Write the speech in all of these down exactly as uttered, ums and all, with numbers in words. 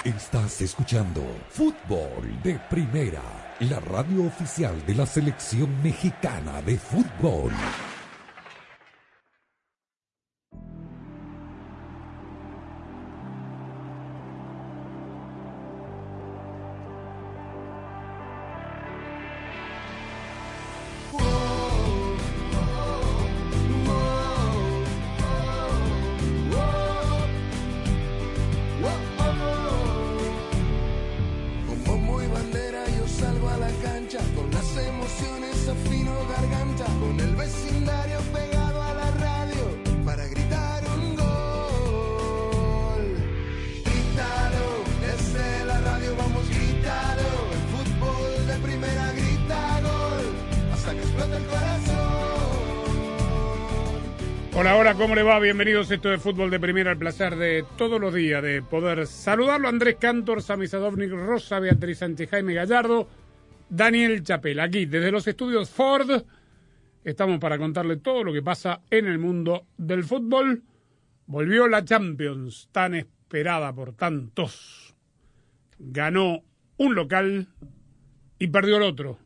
Estás escuchando Fútbol de Primera, la radio oficial de la selección mexicana de fútbol. Hola, hola, ¿cómo le va? Bienvenidos a esto de Fútbol de Primera, el placer de todos los días de poder saludarlo. Andrés Cantor, Sami Sadovnik, Rosa, Beatriz Sánchez, Jaime Gallardo, Daniel Chapela. Aquí, desde los estudios Ford, estamos para contarle todo lo que pasa en el mundo del fútbol. Volvió la Champions, tan esperada por tantos. Ganó un local y perdió el otro.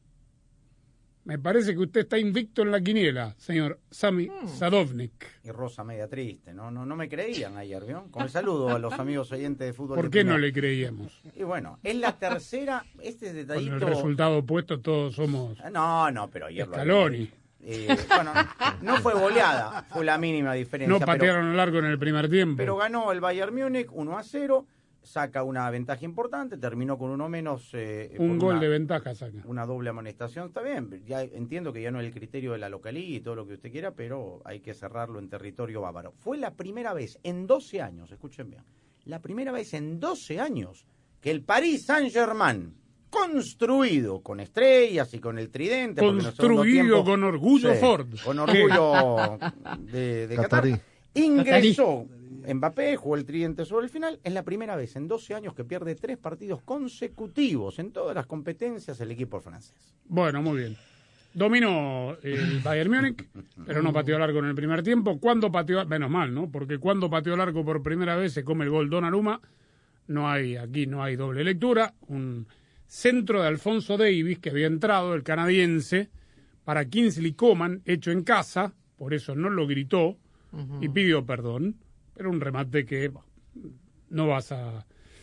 Me parece que usted está invicto en la quiniela, señor Sami hmm. Sadovnik. Y Rosa media triste, ¿no? No, no me creían ayer, ¿vio? Con el saludo a los amigos oyentes de fútbol. ¿Por de qué primera. no le creíamos? Y bueno, es la tercera, este detallito... Con el resultado opuesto todos somos... No, no, pero ayer Scaloni. Eh, bueno, no fue goleada, fue la mínima diferencia. No patearon pero, el largo en el primer tiempo. Pero ganó el Bayern Múnich uno a cero. Saca una ventaja importante, terminó con uno menos. Eh, un gol una, de ventaja saca. Una doble amonestación, está bien. Ya entiendo que ya no es el criterio de la localía y todo lo que usted quiera, pero hay que cerrarlo en territorio bávaro. Fue la primera vez en doce años, escuchen bien, la primera vez en doce años que el Paris Saint-Germain, construido con estrellas y con el tridente. Construido tiempo, con orgullo sí, Ford. Con orgullo de, de Qatar. Ingresó. Mbappé jugó el tridente sobre el final. Es la primera vez en doce años que pierde tres partidos consecutivos en todas las competencias el equipo francés. Bueno, muy bien. Dominó el Bayern Múnich, pero no pateó largo en el primer tiempo. Cuando pateó, menos mal, ¿no? Porque cuando pateó largo por primera vez se come el gol Donnarumma. No hay, aquí no hay doble lectura. Un centro de Alphonso Davies que había entrado, el canadiense, para Kingsley Coman, hecho en casa, por eso no lo gritó uh-huh. y pidió perdón. Era un remate que no vas a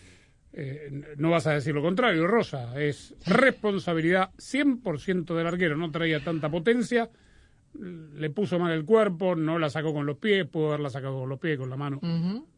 eh, no vas a decir lo contrario, Rosa. Es responsabilidad cien por ciento del arquero. No traía tanta potencia, le puso mal el cuerpo, no la sacó con los pies, pudo haberla sacado con los pies, con la mano. Uh-huh.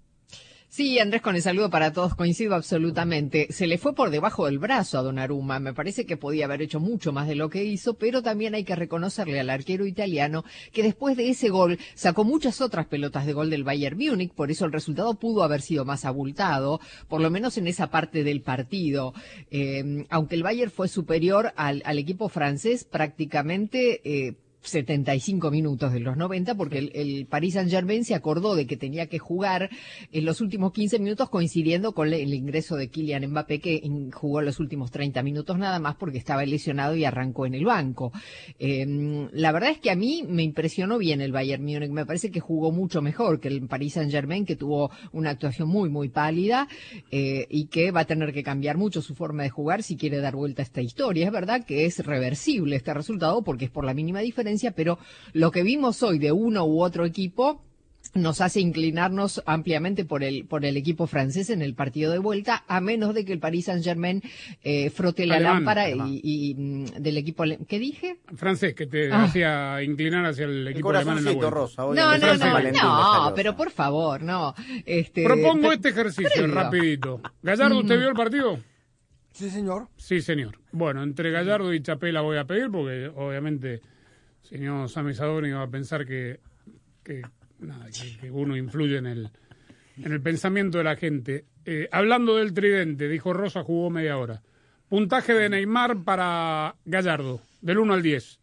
Sí, Andrés, con el saludo para todos, coincido absolutamente. Se le fue por debajo del brazo a Donnarumma. Me parece que podía haber hecho mucho más de lo que hizo, pero también hay que reconocerle al arquero italiano que después de ese gol sacó muchas otras pelotas de gol del Bayern Múnich, por eso el resultado pudo haber sido más abultado, por lo menos en esa parte del partido. Eh, aunque el Bayern fue superior al, al equipo francés prácticamente... Eh, setenta y cinco minutos de los noventa, porque el, el Paris Saint-Germain se acordó de que tenía que jugar en los últimos quince minutos coincidiendo con el ingreso de Kylian Mbappé, que jugó los últimos treinta minutos nada más porque estaba lesionado y arrancó en el banco. Eh, la verdad es que a mí me impresionó bien el Bayern Múnich, me parece que jugó mucho mejor que el Paris Saint-Germain, que tuvo una actuación muy, muy pálida eh, y que va a tener que cambiar mucho su forma de jugar si quiere dar vuelta a esta historia. Es verdad que es reversible este resultado porque es por la mínima diferencia, pero lo que vimos hoy de uno u otro equipo nos hace inclinarnos ampliamente por el por el equipo francés en el partido de vuelta, a menos de que el Paris Saint-Germain eh, frote la alemán, lámpara alemán. Y, y del equipo... ¿Qué dije? Francés, que te ah. hacía inclinar hacia el equipo el alemán en la vuelta. Rosa, no, no, no, no, no pero por favor, no. Este, Propongo pero, este ejercicio previo. rapidito. Gallardo, ¿usted vio el partido? Sí, señor. Sí, señor. Bueno, entre Gallardo y Chapela voy a pedir, porque obviamente... Señor Sami Sadovnik va a pensar que, que, nada, que, que uno influye en el, en el pensamiento de la gente. Eh, hablando del tridente, dijo Rosa, jugó media hora. Puntaje de Neymar para Gallardo, del uno al diez.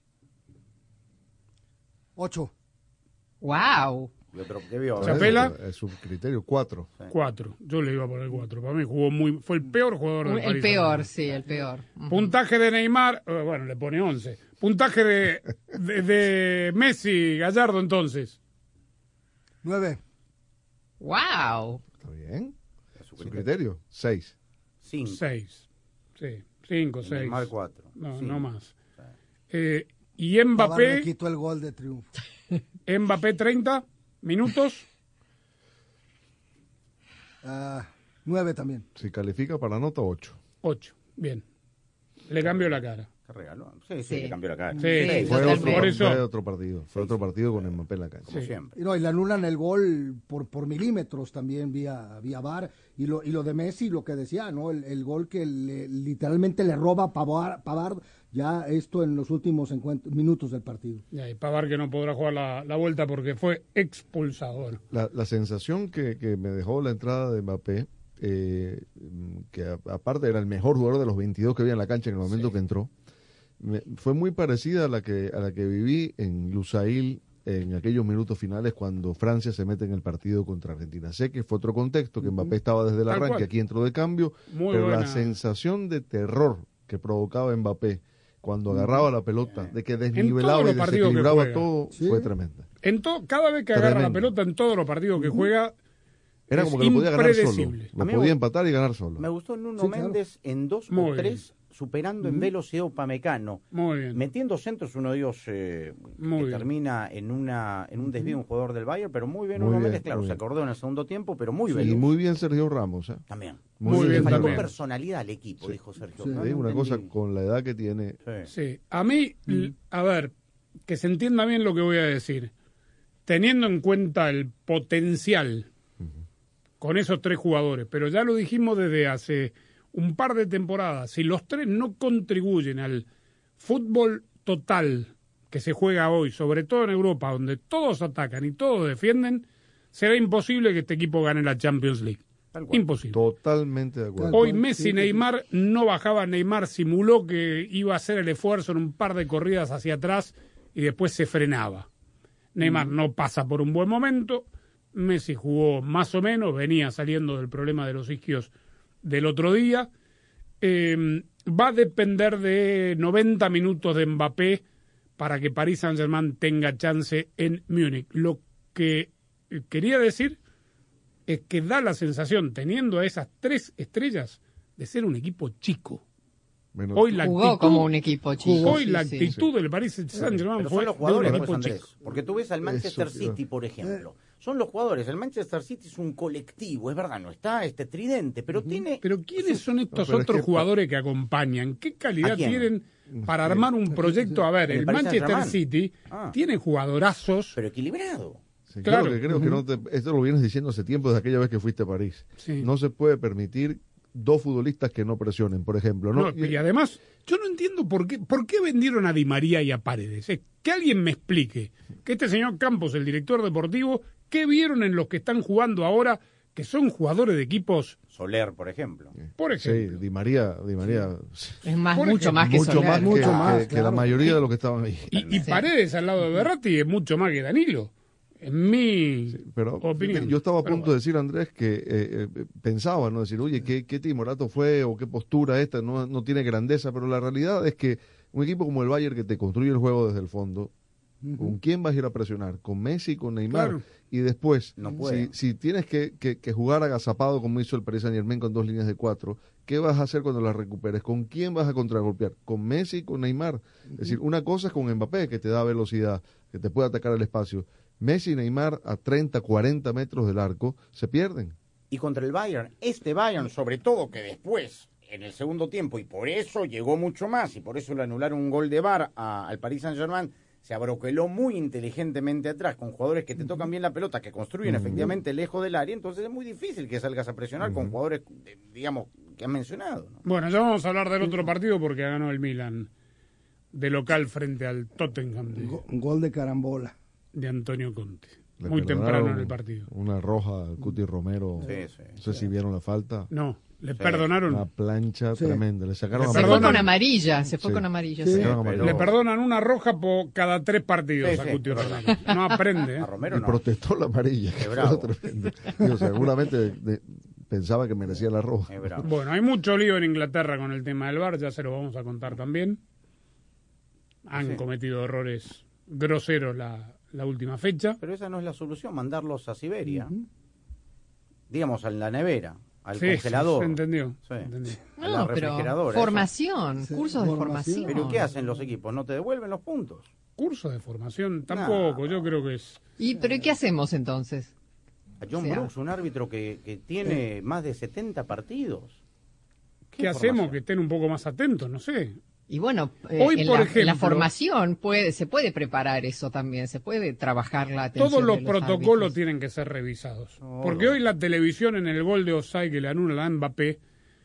ocho. ¡Wow! ¿Y otro qué vio? ¿Chapela? Es su criterio, cuatro. cuatro. Yo le iba a poner cuatro. Para mí jugó muy... Fue el peor jugador del El París. peor, sí, el peor. Uh-huh. Puntaje de Neymar... Eh, bueno, le pone once. Puntaje de, de, de Messi, Gallardo, entonces. nueve. ¡Wow! ¿Está bien? ¿Su criterio? Seis. Cinco. Seis. Sí, cinco, Y seis. Neymar cuatro. No, Cinco. no más. Sí. Eh, y Pavard le Mbappé, quitó el gol de triunfo. Mbappé treinta minutos. Ah, nueve también. Si califica para nota, ocho. ocho. Bien. Le cambió la cara. ¿Qué regalo? Sí, sí, Sí. le cambió la cara. Sí, Sí, Fue totalmente. otro, Por eso- fue otro partido. Fue otro partido con Mbappé en la cancha. Como Sí. siempre. Y, no, y le anulan el gol por, por milímetros también vía, vía V A R. Y lo, y lo de Messi, lo que decía, ¿no? El, el gol que le- literalmente le roba a Pavard, Pavard, ya esto en los últimos encuent- minutos del partido. Ya, y Pavard que no podrá jugar la, la vuelta porque fue expulsado. Bueno, La, la sensación que, que me dejó la entrada de Mbappé, eh, que a- aparte era el mejor jugador de los veintidós que había en la cancha en el momento que entró, me- fue muy parecida a la que a la que viví en Lusail en aquellos minutos finales cuando Francia se mete en el partido contra Argentina. Sé que fue otro contexto, que Mbappé estaba desde el Tal arranque, cual. aquí entró de cambio, Muy pero la buena. sensación de terror que provocaba Mbappé cuando agarraba la pelota, de que todos desnivelaba y los partidos que desequilibraba juega. todo, Sí. fue tremenda. en to- cada vez que agarra la Tremendo. pelota en todos los partidos que juega, Era es como que lo podía ganar solo. impredecible. Lo A mí podía me- empatar y ganar solo. Me gustó Nuno Sí, claro. Méndez en dos Muy o tres, superando en velocidad a Upamecano. muy bien. Metiendo centros, uno de ellos eh, Muy que bien. termina en una en un desvío un jugador del Bayern, pero muy bien Muy Nuno bien, Méndez, claro, muy se bien. acordó en el segundo tiempo, pero muy Y veloz. muy bien Sergio Ramos. ¿eh? También. Muy Le bien faltó también. personalidad al equipo, dijo Sergio. Sí. No, Te digo no una cosa, entendí. con la edad que tiene, Sí. Sí, a mí, l- a ver, que se entienda bien lo que voy a decir. Teniendo en cuenta el potencial con esos tres jugadores, pero ya lo dijimos desde hace un par de temporadas, si los tres no contribuyen al fútbol total que se juega hoy, sobre todo en Europa, donde todos atacan y todos defienden, será imposible que este equipo gane la Champions League. Tal cual. Imposible. totalmente de acuerdo. Tal Hoy cual, Messi sí, sí, Neymar no bajaba. Neymar simuló que iba a hacer el esfuerzo en un par de corridas hacia atrás y después se frenaba. Neymar no pasa por un buen momento. Messi jugó más o menos, venía saliendo del problema de los isquios del otro día. Eh, va a depender de noventa minutos de Mbappé para que Paris Saint-Germain tenga chance en Múnich. Lo que quería decir es que da la sensación, teniendo a esas tres estrellas, de ser un equipo chico. Menos- Hoy la Jugó actitud, como un equipo chico. hoy sí, la sí. actitud del Paris Saint-Germain Pero fue son los de jugadores, un pues, equipo Andrés. chico. Porque tú ves al Manchester Eso, City, por ejemplo. Son los jugadores. El Manchester City es un colectivo, es verdad, no está este tridente, pero tiene... Pero ¿quiénes son estos pero es otros que- jugadores que acompañan? ¿Qué calidad ¿A quién? tienen para armar un proyecto? A ver, ¿En el el Paris Manchester Saint-Germain? City Ah. tiene jugadorazos. Pero equilibrado. Sí, Claro. claro que creo que no te, esto lo vienes diciendo hace tiempo, desde aquella vez que fuiste a París. Sí. No se puede permitir dos futbolistas que no presionen, por ejemplo. ¿no? No, y además, yo no entiendo por qué, por qué vendieron a Di María y a Paredes. Eh, que alguien me explique, que este señor Campos, el director deportivo, ¿qué vieron en los que están jugando ahora, que son jugadores de equipos, Soler, por ejemplo. por Sí, ejemplo? Di María, Di María Es más, Por mucho ejemplo, más que mucho Soler. más que, mucho que- más, que claro. la mayoría de los que estaban ahí. Y, y Sí. Paredes al lado de Berratti es mucho más que Danilo, en mi Pero opinión. yo estaba a Pero punto de decir, Andrés, que eh, eh, pensaba, ¿no? Decir, oye, ¿qué, qué timorato fue o qué postura esta? No, no tiene grandeza, pero la realidad es que un equipo como el Bayern que te construye el juego desde el fondo, ¿con quién vas a ir a presionar? ¿Con Messi, con Neymar? Claro. Y después, No puede. si, si tienes que, que, que jugar agazapado como hizo el Paris Saint-Germain con dos líneas de cuatro, ¿qué vas a hacer cuando las recuperes? ¿Con quién vas a contragolpear? ¿Con Messi y con Neymar? Es decir, una cosa es con Mbappé, que te da velocidad, que te puede atacar el espacio. Messi y Neymar a treinta, cuarenta metros del arco se pierden. Y contra el Bayern, este Bayern, sobre todo que después, en el segundo tiempo, y por eso llegó mucho más, y por eso le anularon un gol de V A R a- al Paris Saint-Germain, se abroqueló muy inteligentemente atrás con jugadores que te tocan bien la pelota, que construyen efectivamente lejos del área, entonces es muy difícil que salgas a presionar con jugadores, eh, digamos, que han mencionado, ¿no? Bueno, ya vamos a hablar del otro partido porque ganó el Milan de local frente al Tottenham de, Go- Un gol de carambola. de Antonio Conte. Le Muy temprano en perdonaron el partido. Una roja al Cuti Romero. Sí, sí, no sé si vieron la falta. No, le Sí. perdonaron. Una plancha Sí. tremenda. Le sacaron Le a Se fue perdonan. con amarilla, se fue Sí. con amarilla. Sí. sí. sacaron a pero- Le perdonan una roja por cada tres partidos Sí, a sí, Cuti es Romero. No aprende. ¿eh? A Romero y no. protestó la amarilla. Qué que fue bravo. tremendo. Digo, seguramente de- pensaba que merecía la roja. Es bravo. Bueno, hay mucho lío en Inglaterra con el tema del V A R, ya se lo vamos a contar también. Han Sí. cometido errores groseros la, la última fecha. Pero esa no es la solución, mandarlos a Siberia. Digamos, a la nevera. al Sí, congelador. sí, se entendió. Sí. Entendí. A la No, pero refrigeradora, formación, eso. cursos de Formación. formación. ¿Pero qué hacen los equipos? ¿No te devuelven los puntos? Curso de formación tampoco, No. yo creo que es... ¿Y pero qué hacemos entonces? A John O sea, Brooks, un árbitro que, que tiene más de setenta partidos. ¿Qué hacemos? formación? Que estén un poco más atentos, no sé. Y bueno, eh, Hoy, en, por la, ejemplo- en la formación puede, se puede preparar eso también, se puede trabajar la atención Todos los de protocolos árbitros. tienen que ser revisados. Todo. Porque hoy la televisión en el gol de offside que le anula a Mbappé,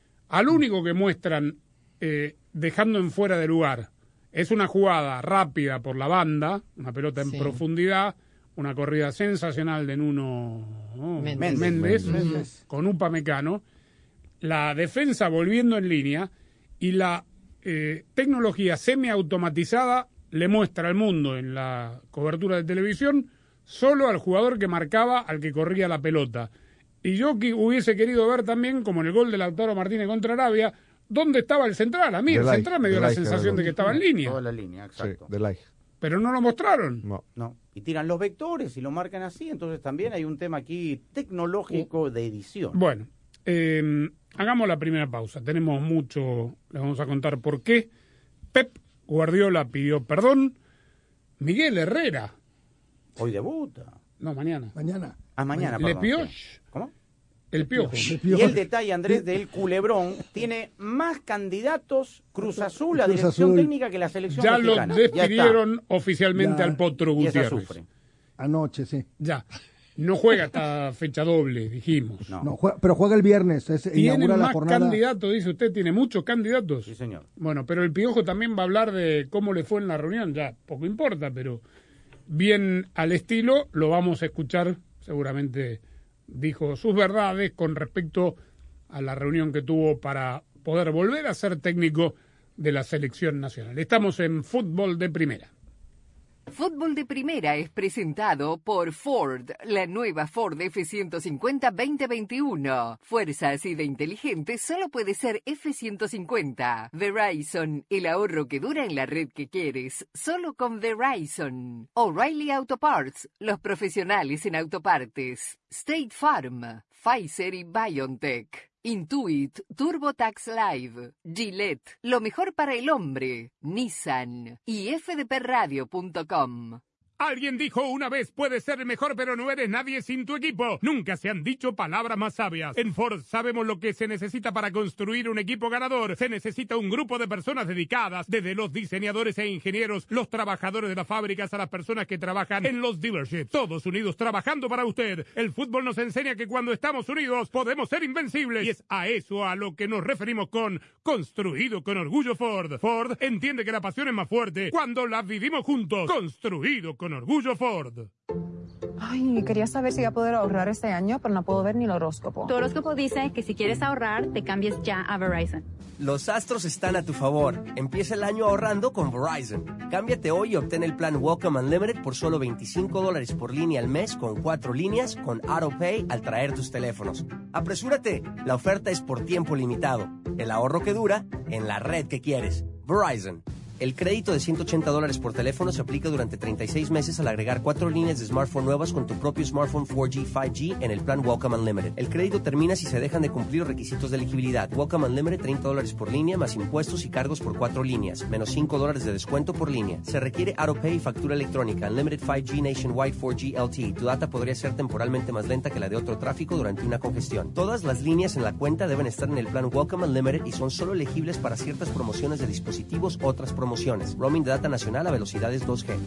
al único que muestran eh, dejando en fuera de lugar es una jugada rápida por la banda, una pelota en Sí. profundidad, una corrida sensacional de Nuno oh, Méndez. Méndez, Méndez. con Upamecano, la defensa volviendo en línea y la eh, tecnología semiautomatizada le muestra al mundo en la cobertura de televisión solo al jugador que marcaba al que corría la pelota. Y yo que hubiese querido ver también, como en el gol de Lautaro Martínez contra Arabia, dónde estaba el central. A mí el De Ligt, central me de dio la Ligt, sensación era de que estaba en línea, Toda la línea, Sí, exacto. de like. pero no lo mostraron. No. No. Y tiran los vectores y lo marcan así. Entonces también hay un tema aquí tecnológico de edición. Bueno, eh, hagamos la primera pausa. Tenemos mucho, les vamos a contar por qué. Pep Guardiola pidió perdón. Miguel Herrera, Hoy debuta. no, mañana. Mañana. Ah, mañana, Le perdón. Pioch, sí. ¿Cómo? el Piojo. Y el detalle, Andrés, del Culebrón tiene más candidatos Cruz Azul a Cruz dirección Azul. técnica que la selección Ya lo mexicana. Ya está. despidieron oficialmente Ya. al Potro Y esa Gutiérrez. sufre. Anoche, sí. Ya. No juega hasta fecha doble, dijimos. No. No, juega- pero juega el viernes. Es, Tiene inaugura la más jornada. candidatos, dice usted, tiene muchos candidatos. Sí, señor. Bueno, pero el Piojo también va a hablar de cómo le fue en la reunión, ya poco importa, pero bien al estilo lo vamos a escuchar, seguramente dijo sus verdades con respecto a la reunión que tuvo para poder volver a ser técnico de la selección nacional. Estamos en Fútbol de Primera. Fútbol de Primera es presentado por Ford, la nueva Ford F ciento cincuenta veinte veintiuno. Fuerza así de inteligente solo puede ser F ciento cincuenta. Verizon, el ahorro que dura en la red que quieres, solo con Verizon. O'Reilly Auto Parts, los profesionales en autopartes. State Farm, Pfizer y BioNTech. Intuit, TurboTax Live, Gillette, lo mejor para el hombre, Nissan y f d p radio punto com. Alguien dijo una vez, puedes ser el mejor, pero no eres nadie sin tu equipo. Nunca se han dicho palabras más sabias. En Ford sabemos lo que se necesita para construir un equipo ganador. Se necesita un grupo de personas dedicadas, desde los diseñadores e ingenieros, los trabajadores de las fábricas, a las personas que trabajan en los dealerships. Todos unidos trabajando para usted. El fútbol nos enseña que cuando estamos unidos podemos ser invencibles. Y es a eso a lo que nos referimos con construido con orgullo Ford. Ford entiende que la pasión es más fuerte cuando la vivimos juntos. Construido con orgullo Ford. Ay, quería saber si voy a poder ahorrar este año, pero no puedo ver ni el horóscopo. Tu horóscopo dice que si quieres ahorrar, te cambies ya a Verizon. Los astros están a tu favor. Empieza el año ahorrando con Verizon. Cámbiate hoy y obtén el plan Welcome Unlimited por solo veinticinco dólares por línea al mes con cuatro líneas con AutoPay al traer tus teléfonos. Apresúrate, la oferta es por tiempo limitado. El ahorro que dura en la red que quieres. Verizon. El crédito de ciento ochenta dólares por teléfono se aplica durante treinta y seis meses al agregar cuatro líneas de smartphone nuevas con tu propio smartphone cuatro G, cinco G en el plan Welcome Unlimited. El crédito termina si se dejan de cumplir los requisitos de elegibilidad. Welcome Unlimited, treinta dólares por línea, más impuestos y cargos por cuatro líneas, menos cinco dólares de descuento por línea. Se requiere AutoPay y factura electrónica. Unlimited cinco G Nationwide cuatro G L T E. Tu data podría ser temporalmente más lenta que la de otro tráfico durante una congestión. Todas las líneas en la cuenta deben estar en el plan Welcome Unlimited y son solo elegibles para ciertas promociones de dispositivos, otras promociones. Roaming de data nacional a velocidades dos G.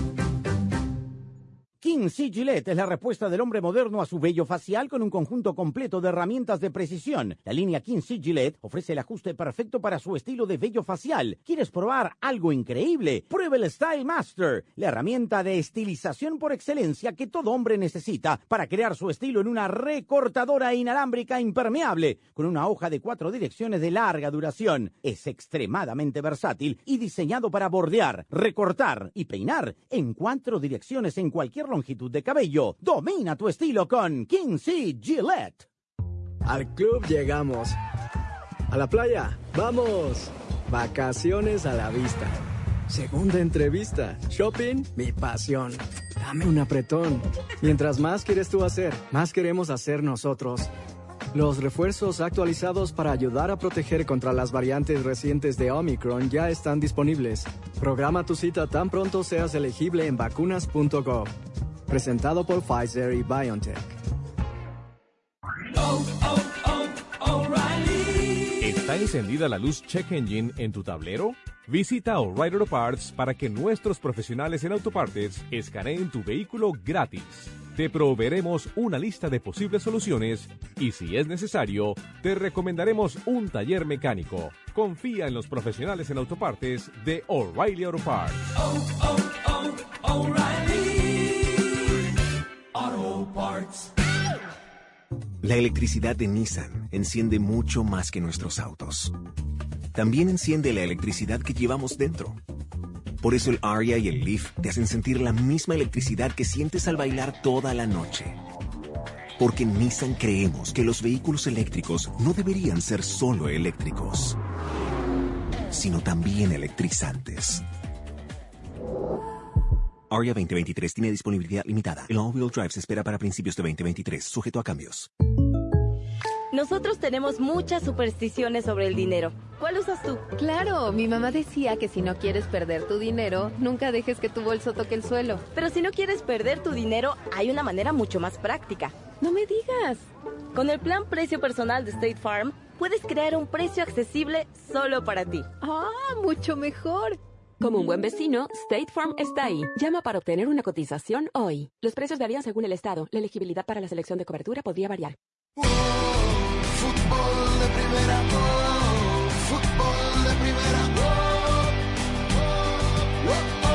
King C. Gillette es la respuesta del hombre moderno a su vello facial con un conjunto completo de herramientas de precisión. La línea King C. Gillette ofrece el ajuste perfecto para su estilo de vello facial. ¿Quieres probar algo increíble? Prueba el Style Master, la herramienta de estilización por excelencia que todo hombre necesita para crear su estilo en una recortadora inalámbrica impermeable con una hoja de cuatro direcciones de larga duración. Es extremadamente versátil y diseñado para bordear, recortar y peinar en cuatro direcciones en cualquier longitud de cabello. Domina tu estilo con King C. Gillette. Al club llegamos. A la playa, vamos. Vacaciones a la vista. Segunda entrevista. Shopping, mi pasión. Dame un apretón. Mientras más quieres tú hacer, más queremos hacer nosotros. Los refuerzos actualizados para ayudar a proteger contra las variantes recientes de Omicron ya están disponibles. Programa tu cita tan pronto seas elegible en vacunas punto gov. Presentado por Pfizer y BioNTech. Oh, oh, oh, O'Reilly. ¿Está encendida la luz Check Engine en tu tablero? Visita O'Reilly Auto Parts para que nuestros profesionales en autopartes escaneen tu vehículo gratis. Te proveeremos una lista de posibles soluciones y, si es necesario, te recomendaremos un taller mecánico. Confía en los profesionales en autopartes de O'Reilly Auto Parts. Oh, oh, oh, O'Reilly Auto Parts. La electricidad de Nissan enciende mucho más que nuestros autos. También enciende la electricidad que llevamos dentro. Por eso el Aria y el Leaf te hacen sentir la misma electricidad que sientes al bailar toda la noche. Porque en Nissan creemos que los vehículos eléctricos no deberían ser solo eléctricos, sino también electrizantes. Aria veinte veintitrés tiene disponibilidad limitada. El all-wheel drive se espera para principios de veinte veintitrés, sujeto a cambios. Nosotros tenemos muchas supersticiones sobre el dinero. ¿Cuál usas tú? Claro, mi mamá decía que si no quieres perder tu dinero, nunca dejes que tu bolso toque el suelo. Pero si no quieres perder tu dinero, hay una manera mucho más práctica. No me digas. Con el plan Precio Personal de State Farm, puedes crear un precio accesible solo para ti. Ah, mucho mejor. Como un buen vecino, State Farm está ahí. Llama para obtener una cotización hoy. Los precios varían según el estado. La elegibilidad para la selección de cobertura podría variar. Oh, fútbol de primera, oh, fútbol de primera, oh, oh, oh,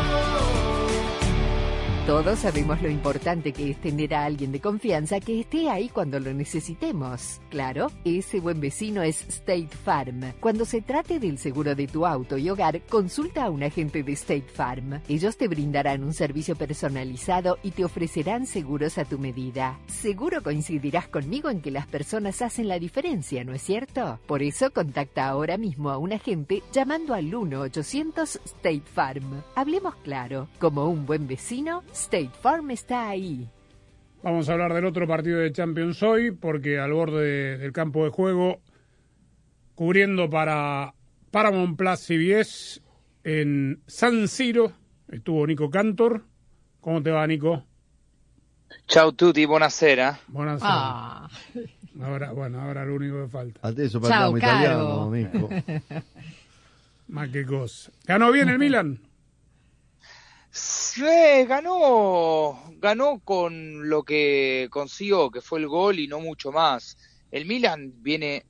oh. Todos sabemos lo importante que es tener a alguien de confianza que esté ahí cuando lo necesitemos. Claro, ese buen vecino es State Farm. Cuando se trate del seguro de tu auto y hogar, consulta a un agente de State Farm. Ellos te brindarán un servicio personalizado y te ofrecerán seguros a tu medida. Seguro coincidirás conmigo en que las personas hacen la diferencia, ¿no es cierto? Por eso contacta ahora mismo a un agente llamando al uno ochocientos State Farm. Hablemos claro, como un buen vecino, State Farm está ahí. Vamos a hablar del otro partido de Champions hoy, porque al borde del campo de juego, cubriendo para Paramount Plus C B S en San Siro, estuvo Nico Cantor. ¿Cómo te va, Nico? Ciao tutti, buonasera. Buonasera. Ah. Ahora, bueno, ahora lo único que falta. Adesso parliamo italiano, Nico. Ma che cosa. ¿Ganó bien el Milan? Sí, ganó, ganó con lo que consiguió, que fue el gol y no mucho más. El Milan viene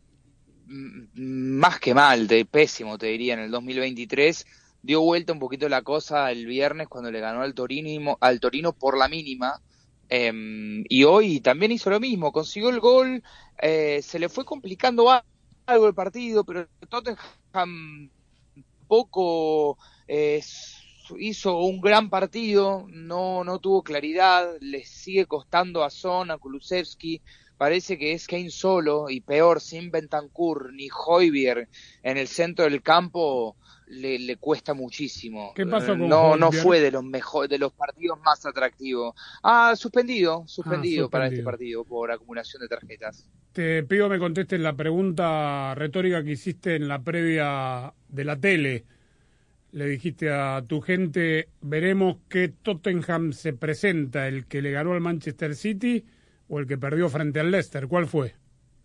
más que mal, de pésimo te diría en el dos mil veintitrés. Dio vuelta un poquito la cosa el viernes cuando le ganó al Torino, al Torino por la mínima. Eh, y hoy también hizo lo mismo, consiguió el gol, eh, se le fue complicando algo el partido, pero Tottenham poco... Eh, hizo un gran partido, no no tuvo claridad, le sigue costando a Son, a Kulusevski, parece que es Kane solo y peor, sin Bentancur ni Højbjerg en el centro del campo, le, le cuesta muchísimo. ¿Qué pasó con No Højbjerg? no fue de los mejor, de los partidos más atractivos. Ah, suspendido, suspendido, Ah, para suspendido. este partido por acumulación de tarjetas. Te pido me contestes la pregunta retórica que hiciste en la previa de la tele. Le dijiste a tu gente, veremos qué Tottenham se presenta, el que le ganó al Manchester City o el que perdió frente al Leicester. ¿Cuál fue?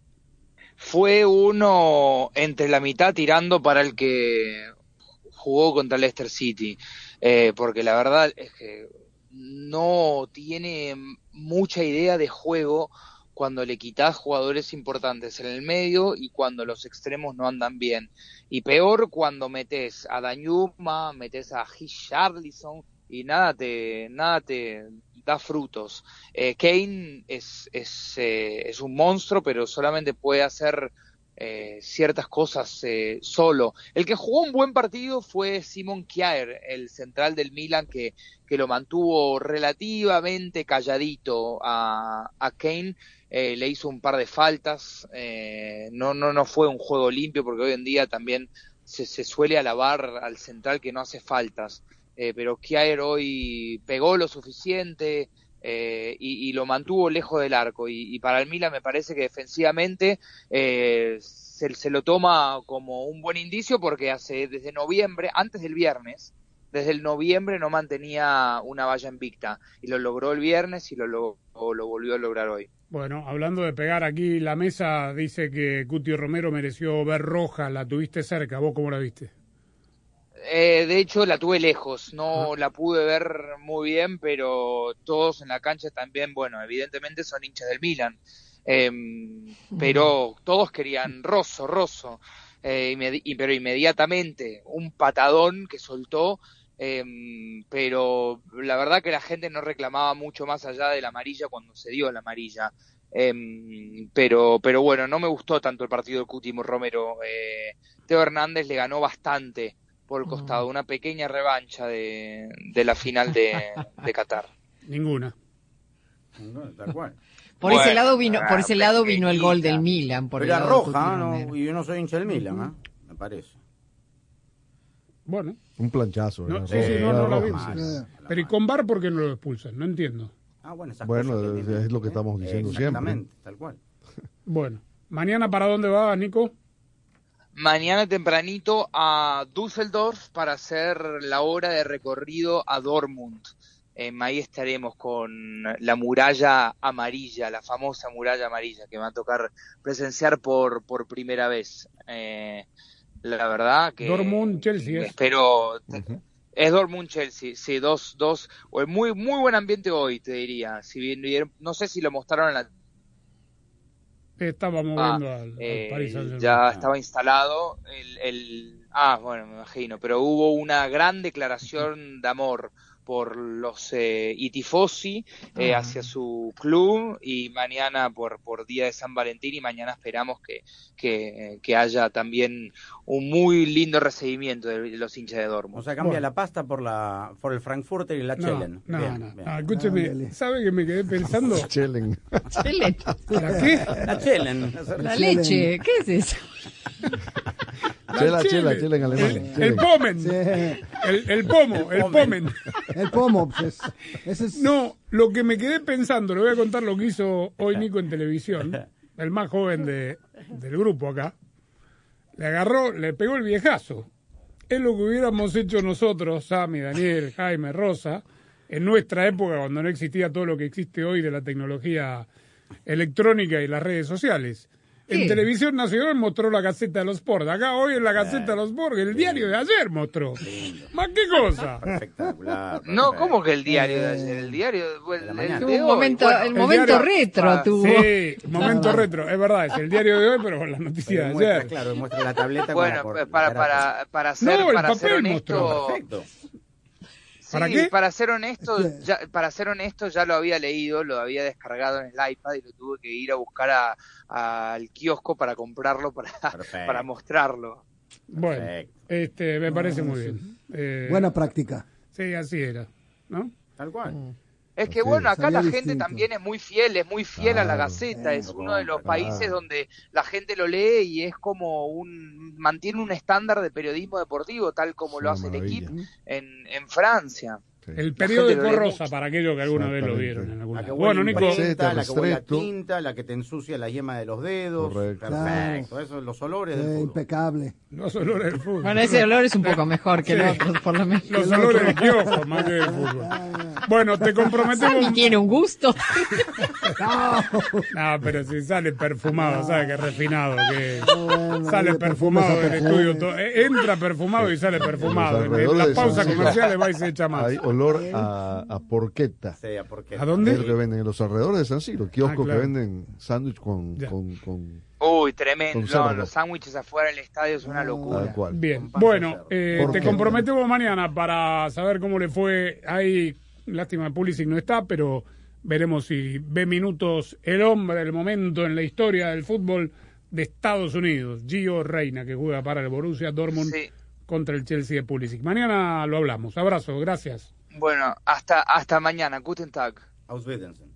Fue uno entre la mitad tirando para el que jugó contra el Leicester City, eh, porque la verdad es que no tiene mucha idea de juego cuando le quitas jugadores importantes en el medio y cuando los extremos no andan bien. Y peor cuando metes a Danjuma, metes a Richarlison y nada te nada te da frutos. Eh, Kane es es eh, es un monstruo, pero solamente puede hacer eh, ciertas cosas eh, solo. El que jugó un buen partido fue Simon Kjaer, el central del Milan, que que lo mantuvo relativamente calladito a a Kane. Eh, le hizo un par de faltas, eh, no no no fue un juego limpio porque hoy en día también se, se suele alabar al central que no hace faltas, eh, pero Kjaer hoy pegó lo suficiente, eh, y, y lo mantuvo lejos del arco. Y, y para el Milan me parece que defensivamente eh, se, se lo toma como un buen indicio, porque hace desde noviembre, antes del viernes, desde el noviembre no mantenía una valla invicta, y lo logró el viernes y lo, lo, lo volvió a lograr hoy. Bueno, hablando de pegar aquí, la mesa dice que Cuti Romero mereció ver roja, la tuviste cerca, ¿vos cómo la viste? Eh, de hecho la tuve lejos, no la pude ver muy bien, pero todos en la cancha también, bueno, evidentemente son hinchas del Milan, eh, pero todos querían Rosso, Rosso, eh, inmedi- y, pero inmediatamente un patadón que soltó, eh, pero la verdad que la gente no reclamaba mucho más allá de la amarilla cuando se dio la amarilla. Eh, pero pero bueno, no me gustó tanto el partido de Cuti Romero. eh, Teo Hernández le ganó bastante por el costado, una pequeña revancha de, de la final de, de Qatar. Ninguna. No, tal cual. Por Bueno, ese lado vino, por ese lado vino el pequeñita. gol del Milan. Por Pero el era lado de roja, Cuti ¿no? Romero. Y yo no soy hincha del Milan, ¿eh? Me parece. Bueno. Un planchazo. No, ¿verdad? sí, sí, no, Era no la vi. roja. sí. Pero ¿y con V A R por qué no lo expulsan? No entiendo. Ah, bueno, esas Bueno, cosas que es, tienen, es lo que ¿eh? estamos diciendo Exactamente, siempre. tal cual. Bueno, ¿mañana para dónde va, Nico? Mañana tempranito a Düsseldorf para hacer la hora de recorrido a Dortmund. Eh, ahí estaremos con la muralla amarilla, la famosa muralla amarilla, que me va a tocar presenciar por, por primera vez. Eh, la verdad que... Dortmund, Chelsea. ¿es? Espero... Uh-huh. Es Dortmund-Chelsea, sí, dos, dos, muy, muy buen ambiente hoy, te diría. Si bien, no sé si lo mostraron en la... Estaba moviendo ah, al, eh, al Paris Saint-Germain. Ya estaba instalado el, el... Ah, bueno, me imagino, pero hubo una gran declaración de amor por los eh, i tifosi eh, ah. hacia su club, y mañana por por día de San Valentín, y mañana esperamos que, que, que haya también un muy lindo recibimiento de los hinchas de Dortmund. O sea, cambia bueno. la pasta por la por el Frankfurter y la no, Chelen. No, bien, no, bien. no, escúcheme, no, ¿sabe que me quedé pensando? Chelen. Chelen. ¿Para qué? La Chelen. La leche, ¿qué es eso? Chela, chela, chela en alemán. El, el pomen. Sí. El, el pomo, el, el pomen. El pomo. Pues, ese es... No, lo que me quedé pensando, le voy a contar lo que hizo hoy Nico en televisión, el más joven de, del grupo acá. Le agarró, le pegó el viejazo. Es lo que hubiéramos hecho nosotros, Sammy, Daniel, Jaime, Rosa, en nuestra época, cuando no existía todo lo que existe hoy de la tecnología electrónica y las redes sociales. En ¿Qué? Televisión Nacional mostró la Gaceta de los Sport. Acá hoy en la Gaceta de los Sport, el diario de ayer mostró. ¿Más qué cosa? Espectacular. No, ¿cómo que el diario de ayer? El diario el, el, el de hoy. Momento, bueno, el, el momento diario, retro ah, tuvo. Sí, momento retro, es verdad, es el diario de hoy, pero con la noticia de muestra, ayer. Claro, muestra la tableta. Bueno, con la para, para, para ser, no, para el ser honesto... mostró. Perfecto. Sí, ¿Para qué? Para ser honesto, ya, para ser honesto, ya lo había leído, lo había descargado en el iPad y lo tuve que ir a buscar a, a, al kiosco para comprarlo, para, para mostrarlo. Bueno, Perfecto. este me parece muy bien. Eh, Buena práctica. Sí, así era, ¿no? Tal cual. Mm. Es que bueno, acá la gente también es muy fiel, es muy fiel claro, a la Gaceta, es uno de los países claro. donde la gente lo lee y es como un, mantiene un estándar de periodismo deportivo, tal como lo hace el equipo en, en Francia. Sí. El periódico rosa, para aquellos que alguna vez lo vieron en alguna. La que bueno, Nico, imprenta, la que huele a tinta, la que te ensucia la yema de los dedos. Correcto. Perfecto, claro. Eso, los olores del fútbol. Impecable. Los olores del fútbol. Bueno, ese olor es un poco mejor que sí. el otro, por lo menos. Los olores del kiosco, más que del fútbol. Bueno, te comprometemos. Sammy tiene un gusto. no. no, pero si sale perfumado, ¿sabes qué refinado? Que bueno, sale perfumado del estudio. Todo. Entra perfumado y sale perfumado. En las pausas comerciales va y se echa más. Hay olor a, a porqueta. Sí, a porqueta. ¿A dónde? Es lo que venden en los alrededores de San Siro. Kioscos ah, claro. que venden sándwich con, con, con. Uy, tremendo. No, los sándwiches afuera del estadio es una locura. Bien, bueno, eh, te comprometemos mañana para saber cómo le fue. Hay, lástima, Pulisic no está, pero veremos si ve minutos el hombre del momento en la historia del fútbol de Estados Unidos, Gio Reyna, que juega para el Borussia Dortmund sí. contra el Chelsea de Pulisic. Mañana lo hablamos. Abrazo, gracias. Bueno, hasta hasta mañana. Guten Tag. Auf Wiedersehen.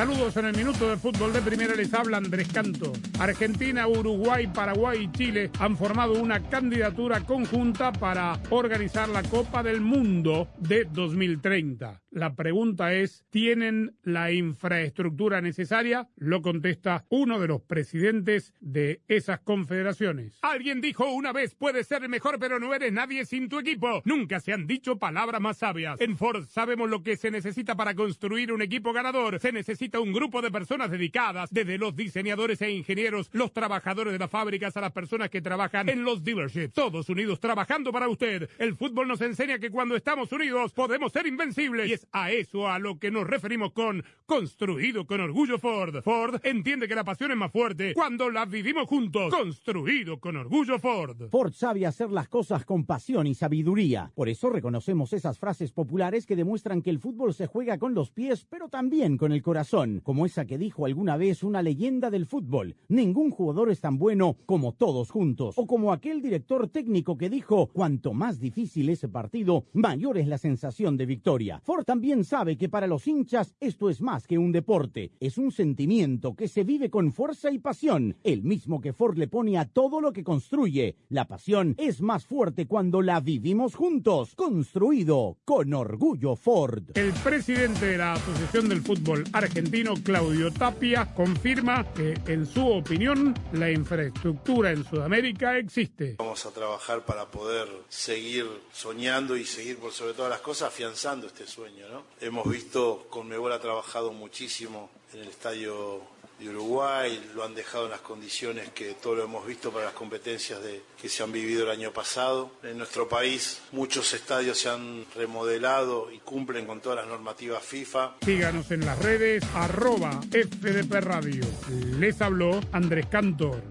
Saludos en el minuto de fútbol de primera, les habla Andrés Canto. Argentina, Uruguay, Paraguay y Chile han formado una candidatura conjunta para organizar la Copa del Mundo de dos mil treinta. La pregunta es, ¿tienen la infraestructura necesaria? Lo contesta uno de los presidentes de esas confederaciones. Alguien dijo una vez, puedes ser el mejor, pero no eres nadie sin tu equipo. Nunca se han dicho palabras más sabias. En Ford sabemos lo que se necesita para construir un equipo ganador. Se necesita un grupo de personas dedicadas, desde los diseñadores e ingenieros, los trabajadores de las fábricas, a las personas que trabajan en los dealerships. Todos unidos trabajando para usted. El fútbol nos enseña que cuando estamos unidos podemos ser invencibles. Y es a eso a lo que nos referimos con construido con orgullo Ford. Ford entiende que la pasión es más fuerte cuando la vivimos juntos. Construido con orgullo Ford. Ford sabe hacer las cosas con pasión y sabiduría. Por eso reconocemos esas frases populares que demuestran que el fútbol se juega con los pies, pero también con el corazón. Como esa que dijo alguna vez una leyenda del fútbol: ningún jugador es tan bueno como todos juntos. O como aquel director técnico que dijo: cuanto más difícil ese partido, mayor es la sensación de victoria. Ford también sabe que para los hinchas esto es más que un deporte, es un sentimiento que se vive con fuerza y pasión, el mismo que Ford le pone a todo lo que construye. La pasión es más fuerte cuando la vivimos juntos. Construido con orgullo Ford. El presidente de la Asociación del Fútbol Argentino, Claudio Tapia, confirma que, en su opinión, la infraestructura en Sudamérica existe. Vamos a trabajar para poder seguir soñando y seguir, por sobre todas las cosas, afianzando este sueño, ¿no? Hemos visto, Conmebol ha trabajado muchísimo en el estadio de Uruguay, lo han dejado en las condiciones que todos lo hemos visto para las competencias de, que se han vivido el año pasado. En nuestro país muchos estadios se han remodelado y cumplen con todas las normativas FIFA. Síganos en las redes, arroba F D P Radio. Les habló Andrés Cantor.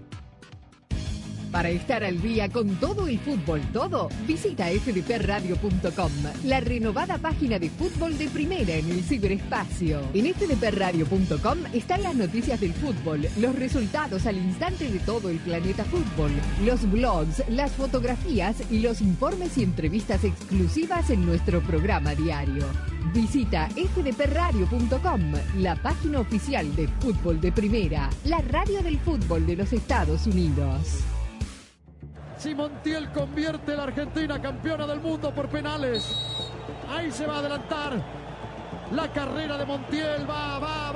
Para estar al día con todo el fútbol, todo, visita f d p radio punto com, la renovada página de fútbol de primera en el ciberespacio. En f d p radio punto com están las noticias del fútbol, los resultados al instante de todo el planeta fútbol, los blogs, las fotografías y los informes y entrevistas exclusivas en nuestro programa diario. Visita f d p radio punto com, la página oficial de fútbol de primera, la radio del fútbol de los Estados Unidos. Si Montiel convierte a la Argentina campeona del mundo por penales, ahí se va a adelantar la carrera de Montiel. Va, va,